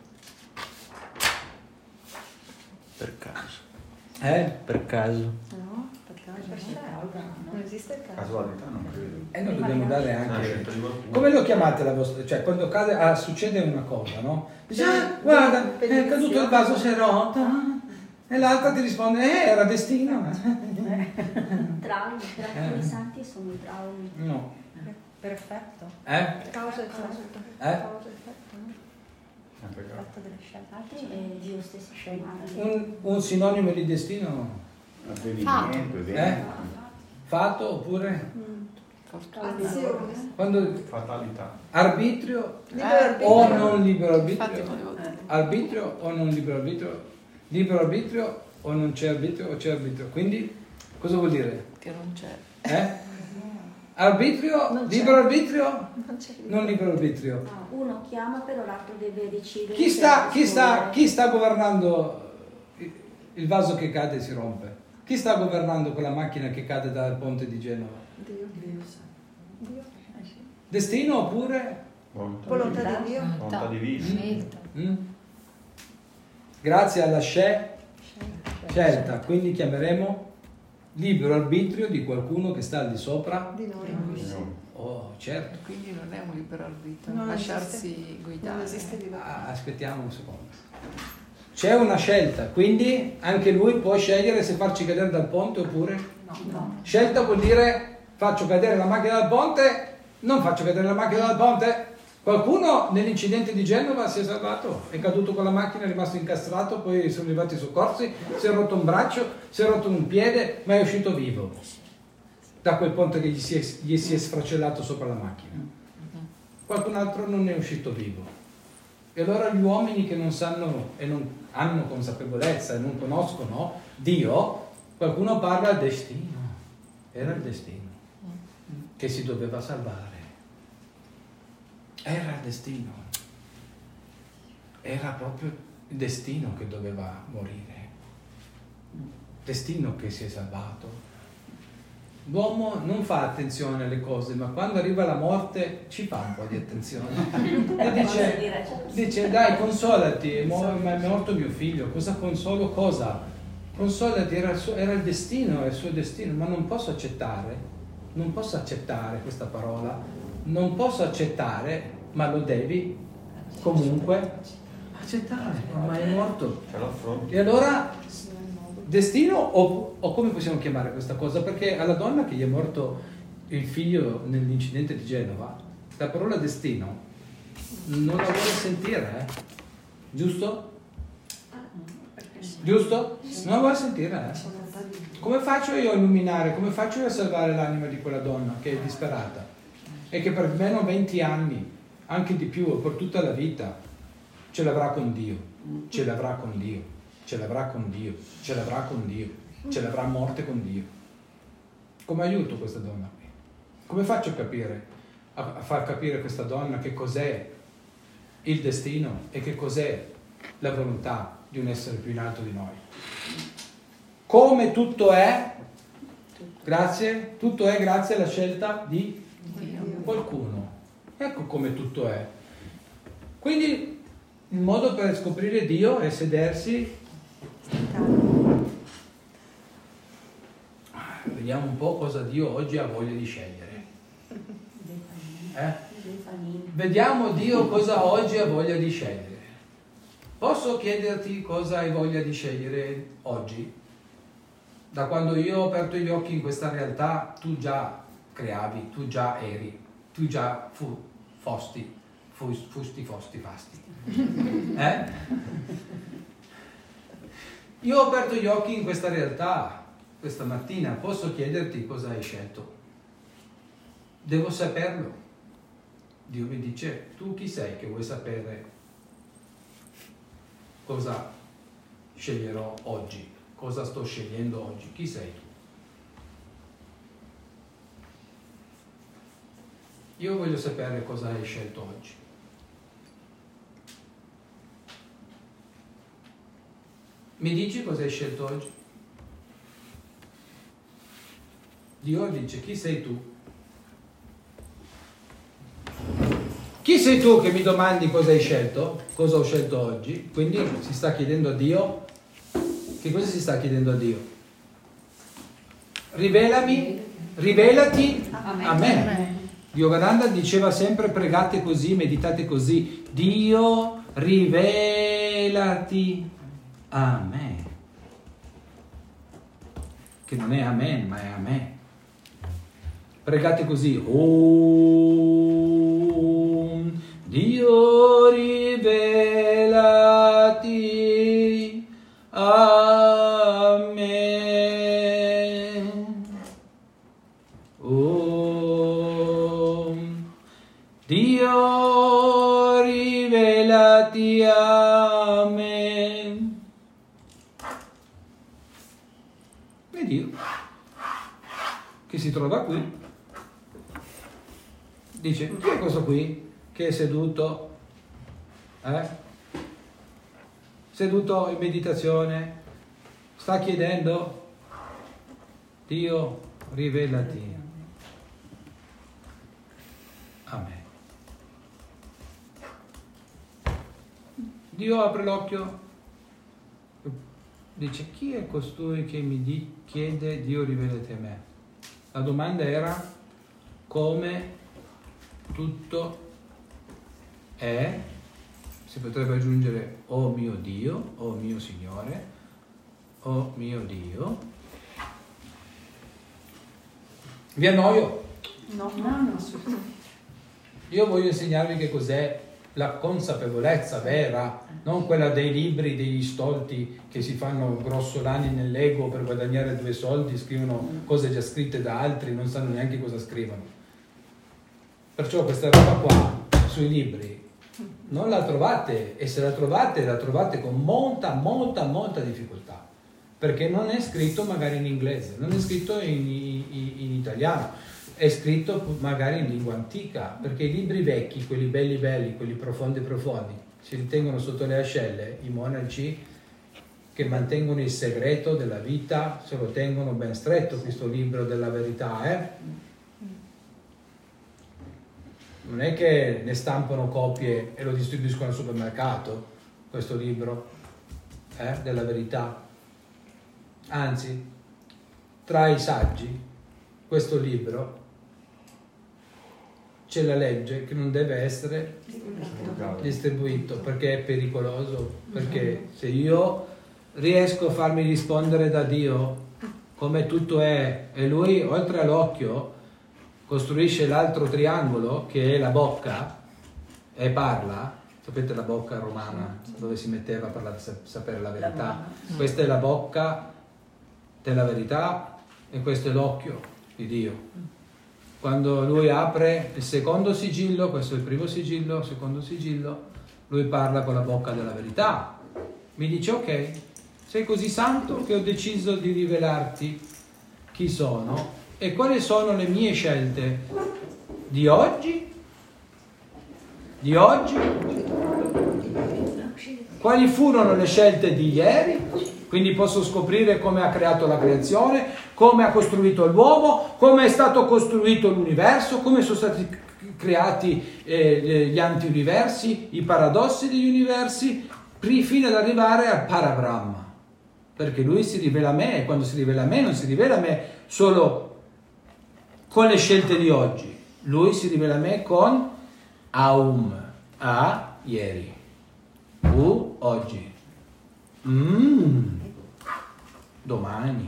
Per caso. Eh? Per caso. No, perché non esiste il caso. Casualità non credo. E noi dobbiamo dare È una anche... scelta di qualcuno. Come lo chiamate la vostra... Cioè, quando cade, ah, succede una cosa, no? Dice, ah, guarda, è caduto il vaso, si è rotto. E l'altra ti risponde, eh, era destino. Traumi, tra Eh. alcuni santi sono i traumi. No. Perfetto. Eh? Causa e effetto. Eh? Causa e effetto, no? Sempre caso. Fatto delle scelte. Altri è Dio stesso sceglie. Un, un sinonimo di destino? Avvenimento, Eh? evento. Fatto oppure? Azione. Quando... Fatalità. Arbitrio Libero o arbitrio. non libero Infatti arbitrio? volevo dire. Arbitrio o non libero arbitrio? Libero arbitrio o non c'è arbitrio o c'è arbitrio? Quindi cosa vuol dire? Che non c'è. Eh? Arbitrio, Non c'è. libero arbitrio, Non c'è. non libero arbitrio. No, uno chiama però l'altro deve decidere. Chi se sta, chi sta, rispondere. chi sta governando il vaso che cade e si rompe? Chi sta governando quella macchina che cade dal ponte di Genova? Dio. Dio. Destino oppure? Volontà, Volontà di di Dio. Dio. Volontà divina. Scelta. Mm? Grazie alla sce- scelta, quindi chiameremo libero arbitrio di qualcuno che sta al di sopra. Di noi. Signore. Oh, certo. Quindi non è un libero arbitrio, Non lasciarsi guidare. Non esiste libero. Ah, aspettiamo un secondo. C'è una scelta, quindi anche lui può scegliere se farci cadere dal ponte oppure No. scelta vuol dire faccio cadere la macchina dal ponte, non faccio cadere la macchina dal ponte. Qualcuno nell'incidente di Genova si è salvato, è caduto con la macchina, è rimasto incastrato, poi sono arrivati i soccorsi, si è rotto un braccio, si è rotto un piede, ma è uscito vivo da quel ponte che gli si è, gli si è sfracellato sopra la macchina. Qualcun altro non è uscito vivo. E allora gli uomini che non sanno e non hanno consapevolezza e non conoscono Dio, qualcuno parla del destino. Era il destino che si doveva salvare. Era il destino. Era proprio il destino che doveva morire. Destino che si è salvato. L'uomo non fa attenzione alle cose, ma quando arriva la morte ci fa un po' di attenzione. E dice, dice dai, consolati, è mo- è morto mio figlio, cosa consolo? Cosa? Consolati, era il, suo, era il destino, è il suo destino, ma non posso accettare, non posso accettare questa parola, non posso accettare, ma lo devi comunque accettare, ma è morto. Ce l'affronti. E allora destino o, o come possiamo chiamare questa cosa? Perché alla donna che gli è morto il figlio nell'incidente di Genova, la parola destino non la vuole sentire, eh? Giusto? Giusto? Non la vuole sentire, eh? Come faccio io a illuminare, come faccio io a salvare l'anima di quella donna che è disperata e che per almeno venti anni, anche di più, per tutta la vita, ce l'avrà con Dio, ce l'avrà con Dio. Ce l'avrà con Dio, ce l'avrà con Dio, ce l'avrà a morte con Dio. Come aiuto questa donna qui? Come faccio a capire, a, a far capire a questa donna che cos'è il destino e che cos'è la volontà di un essere più in alto di noi? Come tutto è, grazie, tutto è grazie alla scelta di qualcuno. Ecco come tutto è. Quindi il modo per scoprire Dio è sedersi. Vediamo un po' cosa Dio oggi ha voglia di scegliere. Eh? Vediamo Dio cosa oggi ha voglia di scegliere. Posso chiederti cosa hai voglia di scegliere oggi? Da quando io ho aperto gli occhi in questa realtà, tu già creavi, tu già eri, tu già fu, fosti, fu, fusti, fosti, fasti. Eh? Io ho aperto gli occhi in questa realtà questa mattina, posso chiederti cosa hai scelto? Devo saperlo. Dio mi dice, tu chi sei che vuoi sapere cosa sceglierò oggi? Cosa sto scegliendo oggi? Chi sei tu? Io voglio sapere cosa hai scelto oggi. Mi dici cosa hai scelto oggi? Dio dice, chi sei tu? Chi sei tu che mi domandi cosa hai scelto? Cosa ho scelto oggi? Quindi si sta chiedendo a Dio. Che cosa si sta chiedendo a Dio? Rivelami, rivelati a me. A me. Yogananda diceva sempre pregate così, meditate così. Dio, rivelati a me. Che non è amen, ma è a me. Pregate così. Om Dio rivelati a me. Om Dio rivelati a me. E Dio che si trova qui dice, chi è questo qui che è seduto eh? seduto in meditazione, sta chiedendo, Dio rivelati a me. Dio apre l'occhio, dice, chi è costui che mi di- chiede Dio rivelati a me? La domanda era come tutto è, si potrebbe aggiungere oh mio Dio, oh mio Signore, oh mio Dio. Vi annoio? No, no, no. Io voglio insegnarvi che cos'è la consapevolezza vera, non quella dei libri, degli stolti che si fanno grossolani nell'ego per guadagnare due soldi, scrivono cose già scritte da altri, non sanno neanche cosa scrivono. Perciò questa roba qua sui libri non la trovate, e se la trovate, la trovate con molta, molta, molta difficoltà, perché non è scritto magari in inglese, non è scritto in, in, in italiano, è scritto magari in lingua antica, perché i libri vecchi, quelli belli belli, quelli profondi profondi, si ritengono sotto le ascelle. I monaci che mantengono il segreto della vita se lo tengono ben stretto, questo libro della verità, eh? Non è che ne stampano copie e lo distribuiscono al supermercato, questo libro eh, della verità. Anzi, tra i saggi, questo libro c'è la legge che non deve essere distribuito perché è pericoloso, perché se io riesco a farmi rispondere da Dio come tutto è, e lui oltre all'occhio costruisce l'altro triangolo che è la bocca e parla, sapete la bocca romana dove si metteva per sapere la verità, questa è la bocca della verità e questo è l'occhio di Dio. Quando lui apre il secondo sigillo, questo è il primo sigillo, il secondo sigillo, lui parla con la bocca della verità, mi dice ok, sei così santo che ho deciso di rivelarti chi sono e quali sono le mie scelte di oggi, di oggi, quali furono le scelte di ieri, quindi posso scoprire come ha creato la creazione, come ha costruito l'uomo, come è stato costruito l'universo, come sono stati creati eh, gli anti-universi, i paradossi degli universi, fino ad arrivare al Parabrahma. Perché lui si rivela a me, e quando si rivela a me non si rivela a me solo con le scelte di oggi, lui si rivela a me con Aum, A, ieri, U, oggi, mm, domani.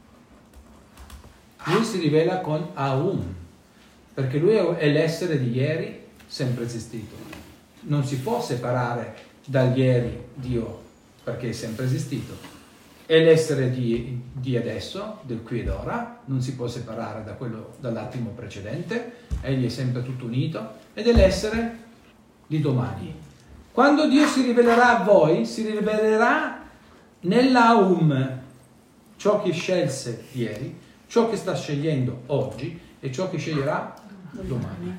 Lui si rivela con Aum, perché lui è l'essere di ieri sempre esistito. Non si può separare dal ieri Dio, perché è sempre esistito. È l'essere di, di adesso, del qui ed ora, non si può separare da quello, dall'attimo precedente, egli è sempre tutto unito, ed è l'essere di domani. Quando Dio si rivelerà a voi, si rivelerà nell'Aum, ciò che scelse ieri, ciò che sta scegliendo oggi e ciò che sceglierà domani.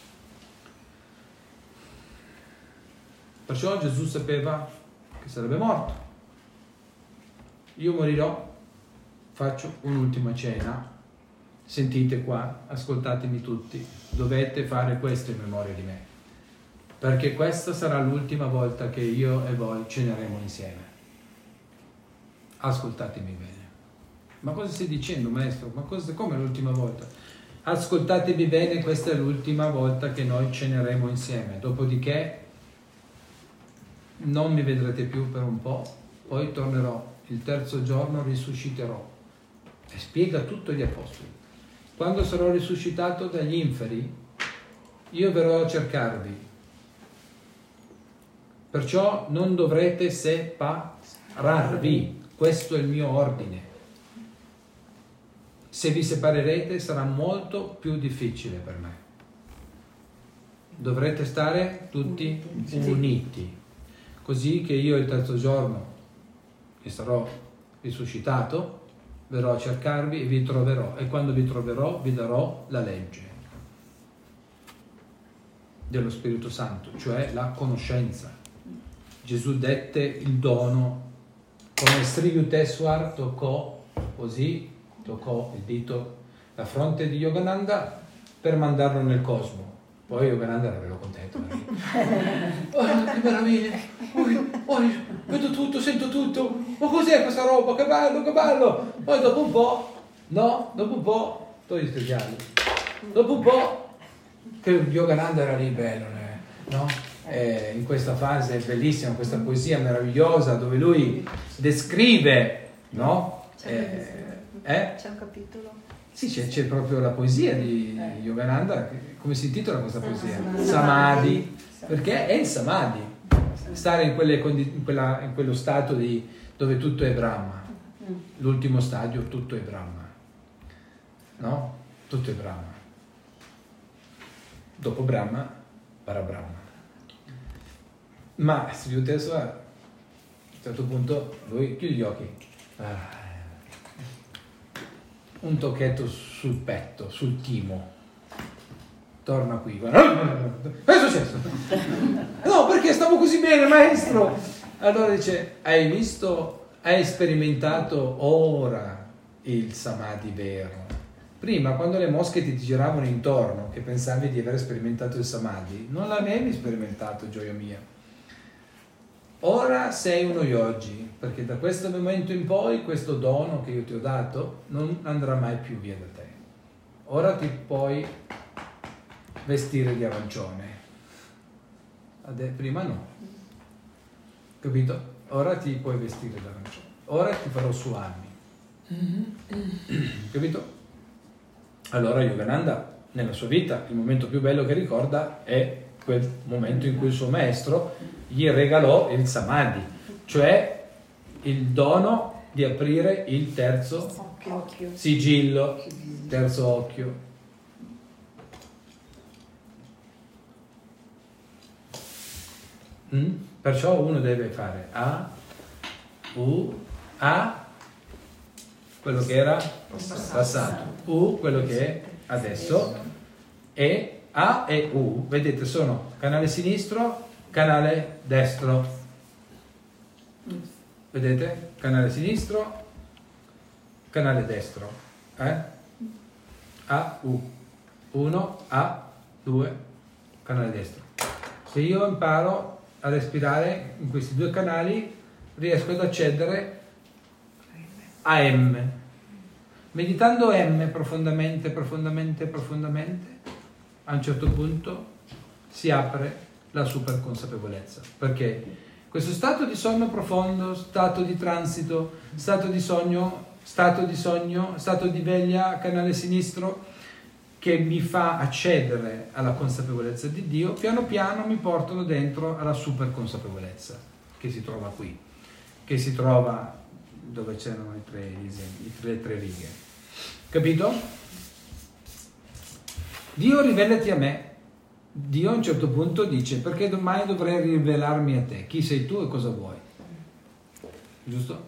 Perciò Gesù sapeva che sarebbe morto. Io morirò, faccio un'ultima cena, sentite qua, ascoltatemi tutti, dovete fare questo in memoria di me, perché questa sarà l'ultima volta che io e voi ceneremo insieme. Ascoltatemi bene. Ma cosa stai dicendo, maestro? Ma cosa, come l'ultima volta? Ascoltatemi bene, questa è l'ultima volta che noi ceneremo insieme, dopodiché non mi vedrete più per un po', poi tornerò. Il terzo giorno risusciterò. E spiega tutto agli apostoli. Quando sarò risuscitato dagli inferi, io verrò a cercarvi. Perciò non dovrete separarvi. Questo è il mio ordine. Se vi separerete sarà molto più difficile per me. Dovrete stare tutti uniti. Così che io il terzo giorno che sarò risuscitato, verrò a cercarvi e vi troverò, e quando vi troverò vi darò la legge dello Spirito Santo, cioè la conoscenza. Gesù dette il dono, come Sri Yukteswar toccò così, toccò il dito, la fronte di Yogananda per mandarlo nel cosmo. Poi Yogananda era bello contento. Oh, che meraviglia! Poi, poi, vedo tutto, sento tutto. Ma cos'è questa roba? Che bello, che bello! Poi dopo un po', no? Dopo un po', togli gli occhiali. Dopo un po', che Yogananda era lì bello, no? Eh, in questa fase bellissima, questa poesia meravigliosa dove lui descrive, no? Eh, eh? C'è un capitolo? Sì, c'è, c'è proprio la poesia di Yogananda. Come si intitola questa poesia? Samadhi, perché è il Samadhi, stare in, quelle, in, quella, in quello stato di, dove tutto è Brahma, l'ultimo stadio tutto è Brahma, no? Tutto è Brahma. Dopo Brahma, Parabrahma. Ma se più adesso a un certo punto lui chiude gli occhi. Ah, un tocchetto sul petto, sul timo. Torna qui. Che è successo? No, perché stavo così bene, maestro. Allora dice, hai visto, hai sperimentato ora il samadhi vero. Prima, quando le mosche ti giravano intorno, che pensavi di aver sperimentato il samadhi, non l'avevi sperimentato, gioia mia. Ora sei uno yogi, perché da questo momento in poi questo dono che io ti ho dato non andrà mai più via da te. Ora ti puoi vestire di arancione. Adè, prima no. Capito? Ora ti puoi vestire di arancione. Ora ti farò suami. Capito? Allora Yogananda nella sua vita il momento più bello che ricorda è quel momento in cui il suo maestro gli regalò il samadhi, cioè il dono di aprire il terzo Occhio. sigillo, terzo occhio. Mm? Perciò uno deve fare A, U, A, quello che era passato, U, quello che è adesso, e A e U, vedete, sono canale sinistro, canale destro. Vedete? Canale sinistro, canale destro. Eh? A, U. uno, A, due, canale destro. Se io imparo a respirare in questi due canali, riesco ad accedere a M. Meditando M profondamente, profondamente, profondamente, a un certo punto si apre la super consapevolezza. Perché questo stato di sonno profondo, stato di transito, stato di sogno, stato di sogno, stato di veglia, canale sinistro, che mi fa accedere alla consapevolezza di Dio, piano piano mi portano dentro alla super consapevolezza, che si trova qui, che si trova dove c'erano i tre disegni, le tre righe. Capito? Dio, rivelati a me. Dio a un certo punto dice, perché domani dovrei rivelarmi a te? Chi sei tu e cosa vuoi? Giusto?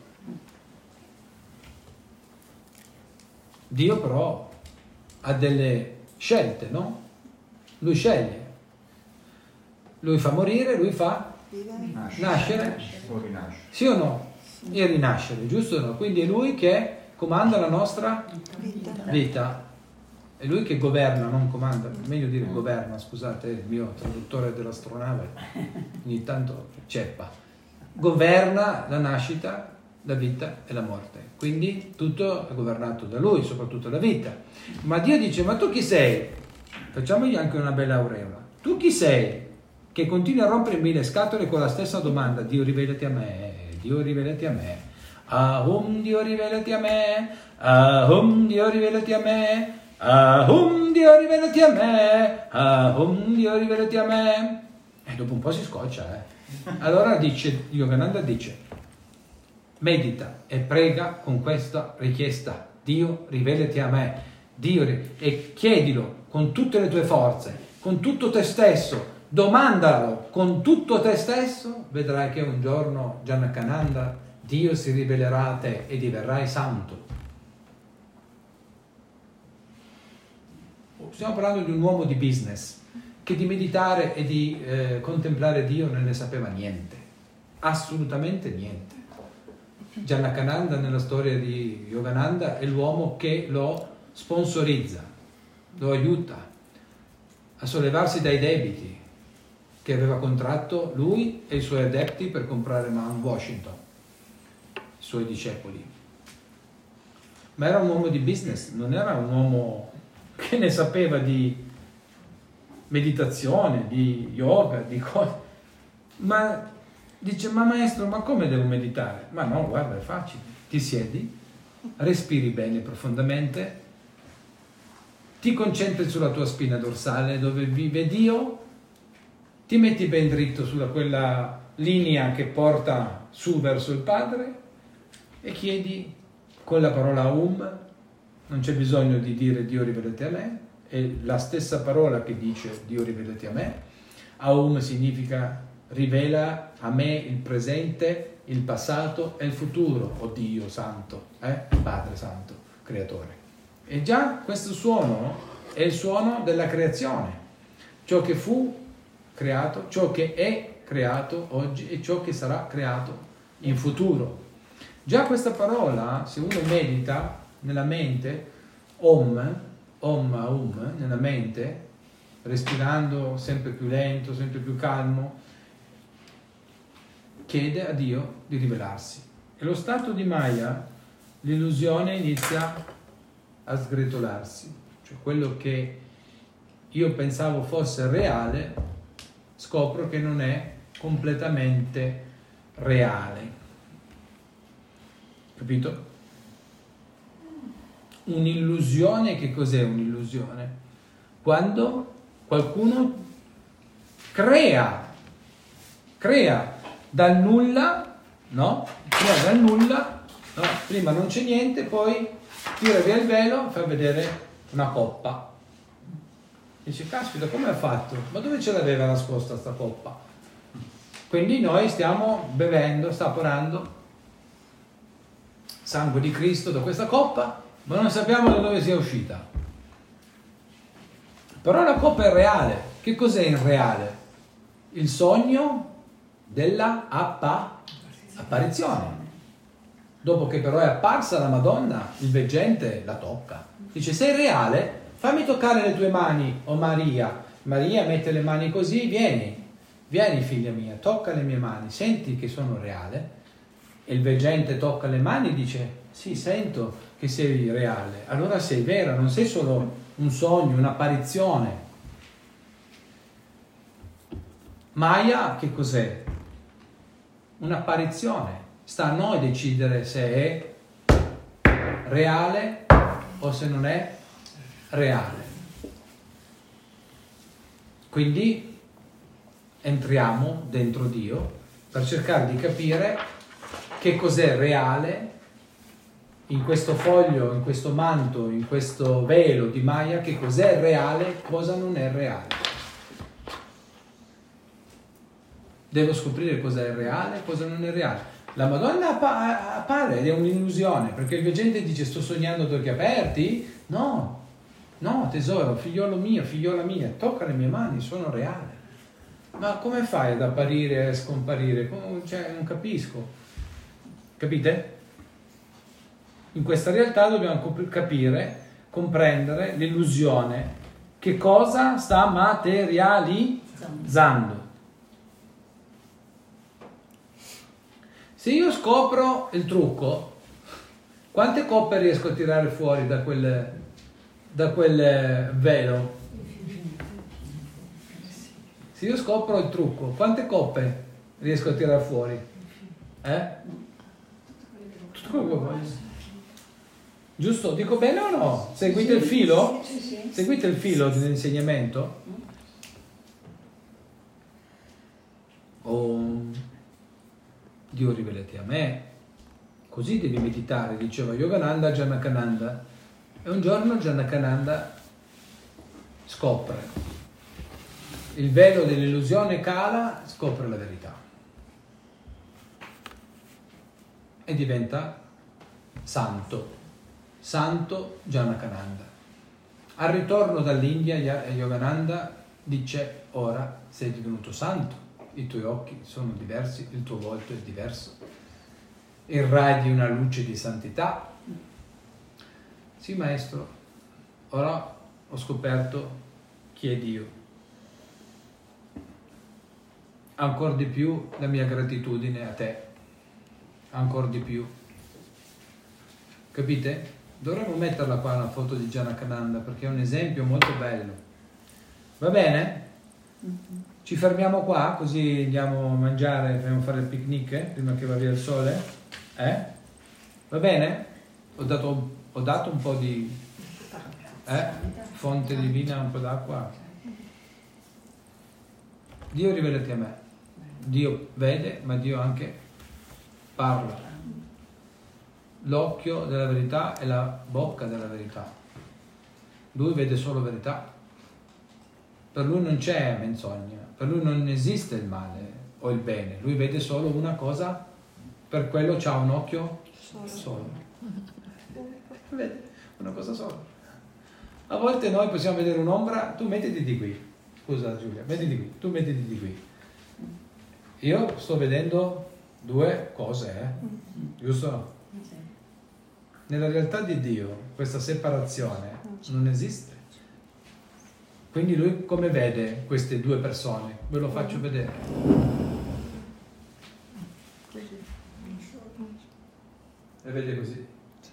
Dio però ha delle scelte, no? Lui sceglie. Lui fa morire, lui fa Nasce. nascere. O rinasce. Sì o no? E rinascere, giusto o no? Quindi è lui che comanda la nostra vita. È lui che governa, non comanda. Meglio dire governa, scusate, il mio traduttore dell'astronave ogni tanto ceppa. Governa la nascita, la vita e la morte. Quindi tutto è governato da lui, soprattutto la vita. Ma Dio dice, ma tu chi sei? Facciamogli anche una bella aureola. Tu chi sei? Che continui a rompermi le scatole con la stessa domanda. Dio, rivelati a me. Dio, rivelati a me. Ahum, Dio, rivelati a me. Ahum, Dio, rivelati a me. Ahum, Dio, rivelati a me. Ahum, Dio, rivelati a me. E dopo un po' si scoccia, eh. Allora dice, Yogananda dice, medita e prega con questa richiesta. Dio, rivelati a me. Dio, e chiedilo con tutte le tue forze, con tutto te stesso. Domandalo con tutto te stesso. Vedrai che un giorno, Janakananda, Dio si rivelerà a te e diverrai santo. Stiamo parlando di un uomo di business che di meditare e di eh, contemplare Dio non ne sapeva niente, assolutamente niente. Janakananda nella storia di Yogananda è l'uomo che lo sponsorizza, lo aiuta a sollevarsi dai debiti che aveva contratto lui e i suoi adepti per comprare Mount Washington, i suoi discepoli. Ma era un uomo di business, non era un uomo che ne sapeva di meditazione, di yoga, di cose. Ma dice, ma maestro, ma come devo meditare? Ma no, guarda, è facile. Ti siedi, respiri bene profondamente, ti concentri sulla tua spina dorsale dove vive Dio, ti metti ben dritto sulla quella linea che porta su verso il Padre e chiedi con la parola Om. Non c'è bisogno di dire Dio, rivelati a me, è la stessa parola che dice Dio, rivelati a me. Aum significa rivela a me il presente, il passato e il futuro, o Dio Santo, eh? Padre Santo, Creatore. E già questo suono è il suono della creazione, ciò che fu creato, ciò che è creato oggi e ciò che sarà creato in futuro. Già questa parola, se uno medita nella mente, Om, Om, Aum, nella mente, respirando sempre più lento, sempre più calmo, chiede a Dio di rivelarsi. E lo stato di Maya, l'illusione inizia a sgretolarsi, cioè quello che io pensavo fosse reale, scopro che non è completamente reale. Capito? Un'illusione, che cos'è un'illusione? Quando qualcuno crea, crea dal nulla, no? Crea dal nulla, no? Prima non c'è niente, poi tira via il velo, fa vedere una coppa. Dice, caspita, come ha fatto? Ma dove ce l'aveva nascosta sta coppa? Quindi noi stiamo bevendo, assaporando sangue di Cristo da questa coppa, ma non sappiamo da dove sia uscita. Però la coppa è reale. Che cos'è il reale? Il sogno della appa- apparizione. Dopo che però è apparsa la Madonna, il veggente la tocca. Dice, sei reale? Fammi toccare le tue mani, o Maria. Maria mette le mani così, vieni, vieni figlia mia, tocca le mie mani, senti che sono reale? E il veggente tocca le mani e dice, sì, sento che sei reale. Allora sei vera, non sei solo un sogno, un'apparizione. Maya che cos'è? Un'apparizione. Sta a noi decidere se è reale o se non è reale. Quindi entriamo dentro Dio per cercare di capire che cos'è reale in questo foglio, in questo manto, in questo velo di Maya, che cos'è reale, cosa non è reale. Devo scoprire cosa è reale, cosa non è reale. La Madonna appare ed è un'illusione, perché il veggente dice, sto sognando ad occhi aperti? No, no tesoro, figliolo mio, figliola mia, tocca le mie mani, sono reale. Ma come fai ad apparire e a scomparire? Cioè, non capisco. Capite? In questa realtà dobbiamo capire, comprendere l'illusione, che cosa sta materializzando. Se io scopro il trucco, quante coppe riesco a tirare fuori da quel, da quel velo? Se io scopro il trucco, quante coppe riesco a tirare fuori? Eh? Tutto quello che voglio. Giusto? Dico bene o no? Seguite il filo? Seguite il filo dell'insegnamento? Oh, Dio rivelati a me. Così devi meditare, diceva Yogananda a Janakananda. E un giorno Janakananda scopre. Il velo dell'illusione cala, scopre la verità. E diventa santo. Santo Janakananda. Al ritorno dall'India, Yogananda dice, ora sei divenuto santo, i tuoi occhi sono diversi, il tuo volto è diverso, irradi una luce di santità. Sì, maestro, ora ho scoperto chi è Dio. Ancora di più la mia gratitudine a te, ancora di più. Capite? Dovremmo metterla qua una foto di Janakananda, perché è un esempio molto bello. Va bene? Ci fermiamo qua, così andiamo a mangiare, dobbiamo fare il picnic eh? prima che va via il sole. Eh? Va bene? Ho dato, ho dato un po' di eh? fonte divina, un po' d'acqua. Dio rivelati a me. Dio vede, ma Dio anche parla. L'occhio della verità e la bocca della verità. Lui vede solo verità. Per lui non c'è menzogna, per lui non esiste il male, o il bene, lui vede solo una cosa, per quello c'ha un occhio Solo. solo. Vede una cosa sola. A volte noi possiamo vedere un'ombra, tu mettiti di qui, scusa Giulia, mettiti qui, tu mettiti di qui. Io sto vedendo due cose, eh? Giusto? Nella realtà di Dio questa separazione non esiste. Quindi lui come vede queste due persone? Ve lo faccio vedere. E vede così.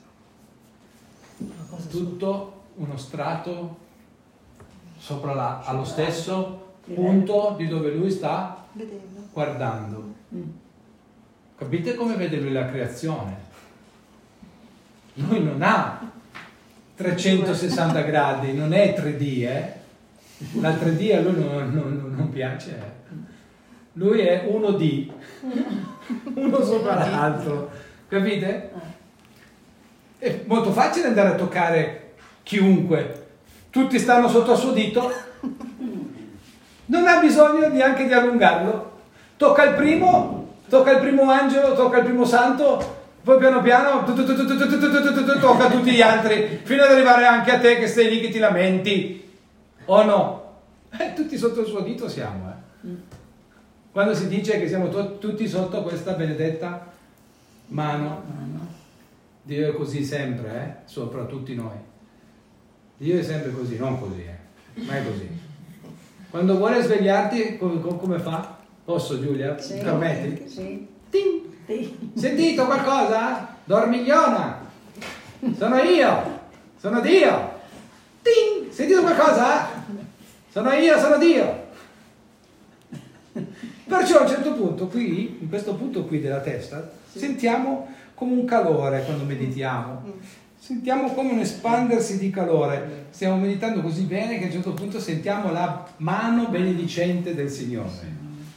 Tutto uno strato sopra la, allo stesso punto di dove lui sta Vedendo. guardando. Capite come vede lui la creazione? Lui non ha trecentosessanta gradi, non è tre D, eh? La tre D a lui non, non, non piace. eh. Lui è uno D, uno sopra l'altro, capite? È molto facile andare a toccare chiunque, tutti stanno sotto al suo dito, non ha bisogno neanche di allungarlo, tocca il primo, tocca il primo angelo, tocca il primo santo, poi piano piano tu, tu, tu, tu, tu, tu, tu, tu, tu, tu, tocca a tutti gli altri, fino ad arrivare anche a te che stai lì che ti lamenti, o no? Eh, tutti sotto il suo dito siamo, eh. Quando si dice che siamo to- tutti sotto questa benedetta mano, Dio è così sempre, eh? Sopra tutti noi. Dio è sempre così, non così, eh? Ma è così. Quando vuole svegliarti, come, come fa? Posso, Giulia? Sì. Permetti? Sì. Ting! Sì. Sentito qualcosa? Dormigliona! Sono io! Sono Dio! Ting! Sentito qualcosa? Sono io, sono Dio! Perciò a un certo punto qui, in questo punto qui della testa, sentiamo come un calore quando meditiamo. Sentiamo come un espandersi di calore. Stiamo meditando così bene che a un certo punto sentiamo la mano benedicente del Signore.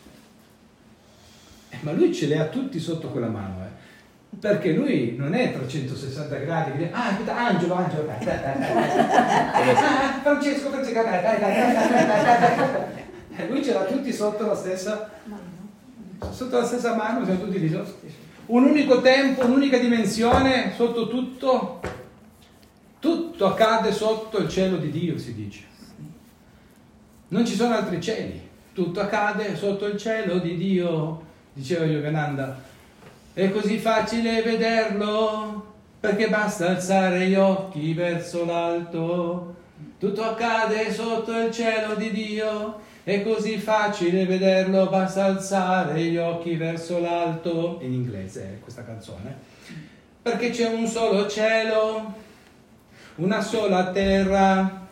Eh, ma lui ce li ha tutti sotto quella mano, eh. Perché lui non è trecentosessanta gradi, che, ah, aspetta, Angelo, Angelo, dai, dai, dai, dai. Ah, Francesco, Francesco, dai, dai, dai, dai, dai, dai, dai. E lui ce l'ha tutti sotto la stessa, sotto la stessa mano, siamo tutti lì sotto. Un unico tempo, un'unica dimensione, sotto tutto, tutto accade sotto il cielo di Dio, si dice. Non ci sono altri cieli, tutto accade sotto il cielo di Dio, diceva Yogananda. È così facile vederlo, perché basta alzare gli occhi verso l'alto. Tutto accade sotto il cielo di Dio, è così facile vederlo, basta alzare gli occhi verso l'alto. In inglese è questa canzone. Perché c'è un solo cielo, una sola terra,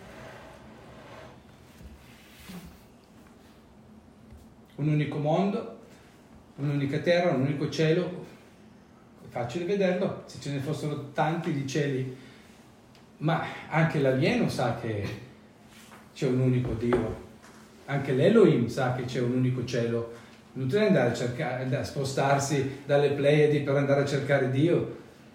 un unico mondo, un'unica terra, un unico cielo. È facile vederlo, se ce ne fossero tanti di cieli, ma anche l'alieno sa che c'è un unico Dio, anche l'Elohim sa che c'è un unico cielo. Inutile andare a cercare, a spostarsi dalle Pleiadi per andare a cercare Dio.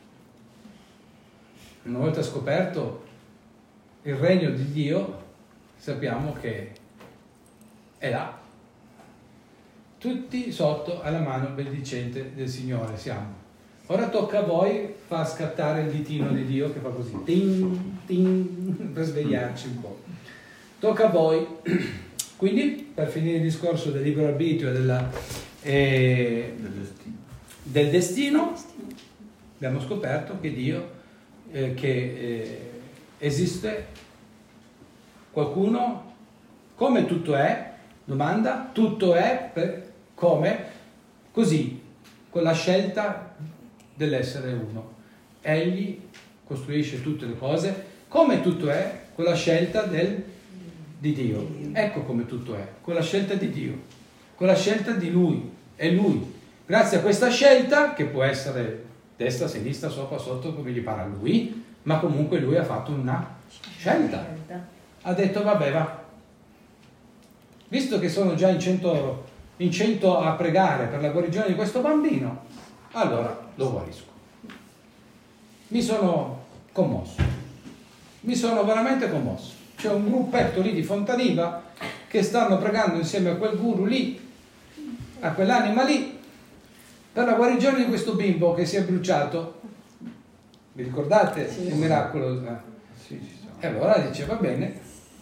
Una volta scoperto il regno di Dio, sappiamo che è là. Tutti sotto alla mano benedicente del Signore siamo. Ora tocca a voi far scattare il ditino di Dio che fa così, ting, ting, per svegliarci un po'. Tocca a voi. Quindi, per finire il discorso del libero arbitrio e della, eh, del destino. del destino, abbiamo scoperto che Dio, eh, che eh, esiste qualcuno, come tutto è, domanda, tutto è per, come, così, con la scelta dell'essere uno. Egli costruisce tutte le cose, come tutto è, con la scelta del di Dio. Ecco come tutto è, con la scelta di Dio, con la scelta di Lui, è Lui. Grazie a questa scelta, che può essere destra, sinistra, sopra, sotto, come gli pare a Lui, ma comunque Lui ha fatto una scelta. Ha detto, vabbè, va. Visto che sono già in cento, in cento a pregare per la guarigione di questo bambino, allora lo guarisco. Mi sono commosso. Mi sono veramente commosso. C'è un gruppetto lì di Fontaniva che stanno pregando insieme a quel guru lì a quell'anima lì per la guarigione di questo bimbo che si è bruciato. Vi ricordate Sì. il miracolo? Sì, ci sono. E allora dice, va bene,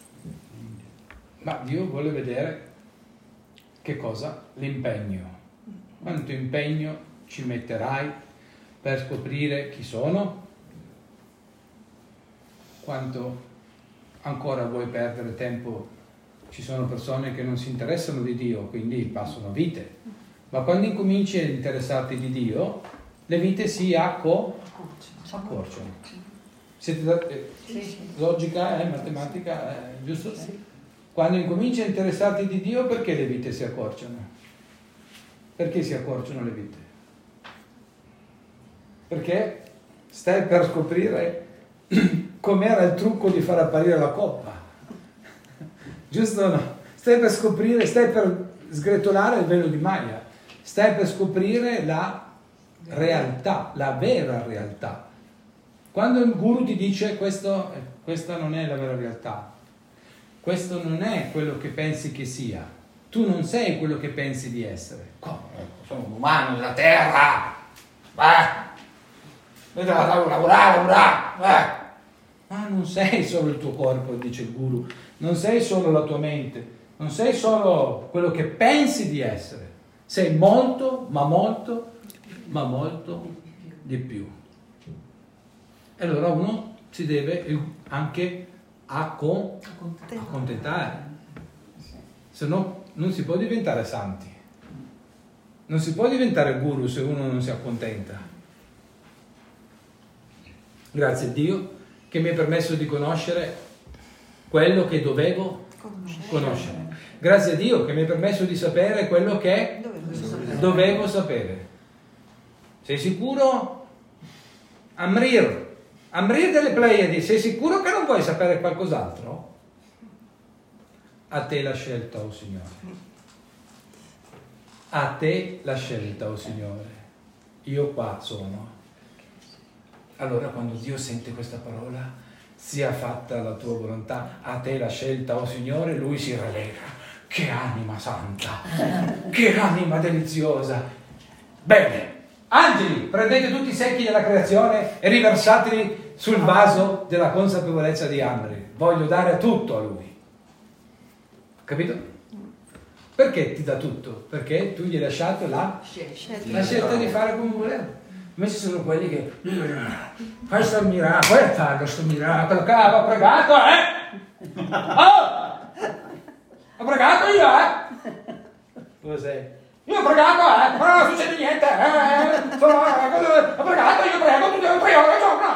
ma Dio vuole vedere che cosa? L'impegno. Quanto impegno ci metterai per scoprire chi sono? Quanto ancora vuoi perdere tempo? Ci sono persone che non si interessano di Dio, quindi passano vite. Ma quando incominci a interessarti di Dio, le vite si acco- accorciano. Siete da- eh, Sì, sì. logica, eh, matematica, eh, giusto? Sì. Quando incominci a interessarti di Dio, perché le vite si accorciano? Perché si accorciano le vite? Perché stai per scoprire com'era il trucco di far apparire la coppa. Giusto o no? Stai per scoprire, stai per sgretolare il velo di Maya. Stai per scoprire la realtà, la vera realtà. Quando il guru ti dice questo, eh, questa non è la vera realtà, questo non è quello che pensi che sia, tu non sei quello che pensi di essere. Come? Sono un umano della terra, eh? Devo lavorare, lavorare, eh? Ma non sei solo il tuo corpo, dice il guru, non sei solo la tua mente, non sei solo quello che pensi di essere, sei molto, ma molto, ma molto di più. E allora uno si deve anche accon- accontentare, se no non si può diventare santi, non si può diventare guru se uno non si accontenta. Grazie a Dio che mi ha permesso di conoscere quello che dovevo conoscere. Grazie a Dio che mi ha permesso di sapere quello che dovevo sapere. Sei sicuro? Amrir, Amrir delle Pleiadi, sei sicuro che non vuoi sapere qualcos'altro? A te la scelta, o oh Signore. A te la scelta, o oh Signore. Io qua sono. Allora quando Dio sente questa parola, sia fatta la tua volontà, a te la scelta, o oh Signore, lui si rallegra. Che anima santa, che anima deliziosa. Bene, angeli, prendete tutti i secchi della creazione e riversateli sul vaso della consapevolezza di Amri. Voglio dare tutto a lui. Capito? Perché ti dà tutto? Perché tu gli hai lasciato la, la scelta di fare come voleva. Invece sono quelli che fai sto miracolo, puoi fare questo miracolo, che avevo pregato, eh? Oh! Ho pregato io, eh? Dove sei? Io ho pregato, eh? Ma non succede niente, eh? Sono, ho pregato, io prego, tu devi tre ore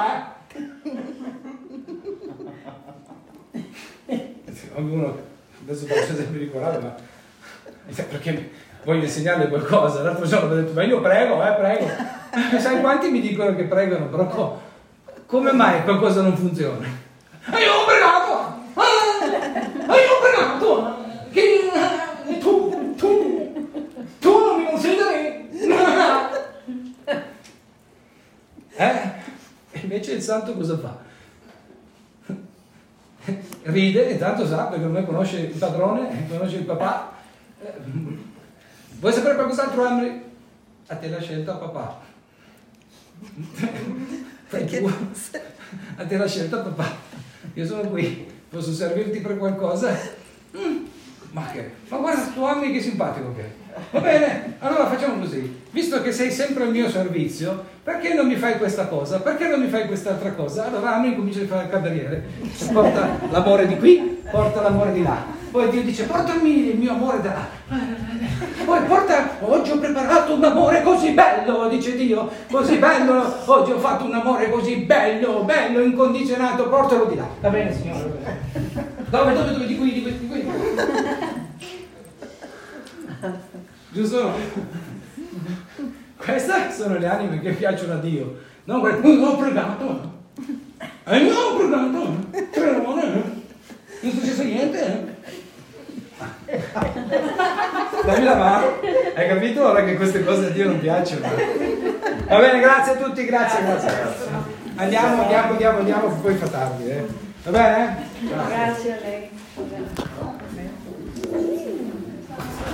al giorno, eh? Uno, adesso posso sempre ricordare, ma perché voglio insegnarle qualcosa. L'altro giorno ho detto, ma io prego, eh, prego. E sai quanti mi dicono che pregano, però co- come mai qualcosa non funziona? E io ho pregato! E io ho pregato! Che tu, tu, tu non mi consideri? Eh? E invece il santo cosa fa? Ride, e tanto sa, perché ormai conosce il padrone, conosce il papà. Vuoi sapere qualcos'altro, Amri? A te la scelta, papà. Perché a te la scelta, papà. Io sono qui, posso servirti per qualcosa? Mm. Ma che? Ma guarda, tu Amri che simpatico che è. Va bene, allora facciamo così. Visto che sei sempre al mio servizio, perché non mi fai questa cosa? Perché non mi fai quest'altra cosa? Allora Amri comincia a fare il cameriere. Porta l'amore di qui, porta l'amore di là. Poi Dio dice, portami il mio amore da là. Poi porta, oggi ho preparato un amore così bello, dice Dio, così bello, oggi ho fatto un amore così bello, bello, incondizionato, portalo di là. Va bene, signore? Dove, dove, dove, di qui, di qui, di qui. Giusto? Queste sono le anime che piacciono a Dio. Non quel, non ho pregato. E non ho pregato. Tre ore. Non è successo niente. Dammi la mano. Hai capito ora che queste cose a Dio non piacciono? Va bene, grazie a tutti, grazie, grazie. Andiamo, andiamo, andiamo, andiamo, poi fa tardi. Eh. Va bene? Grazie a lei.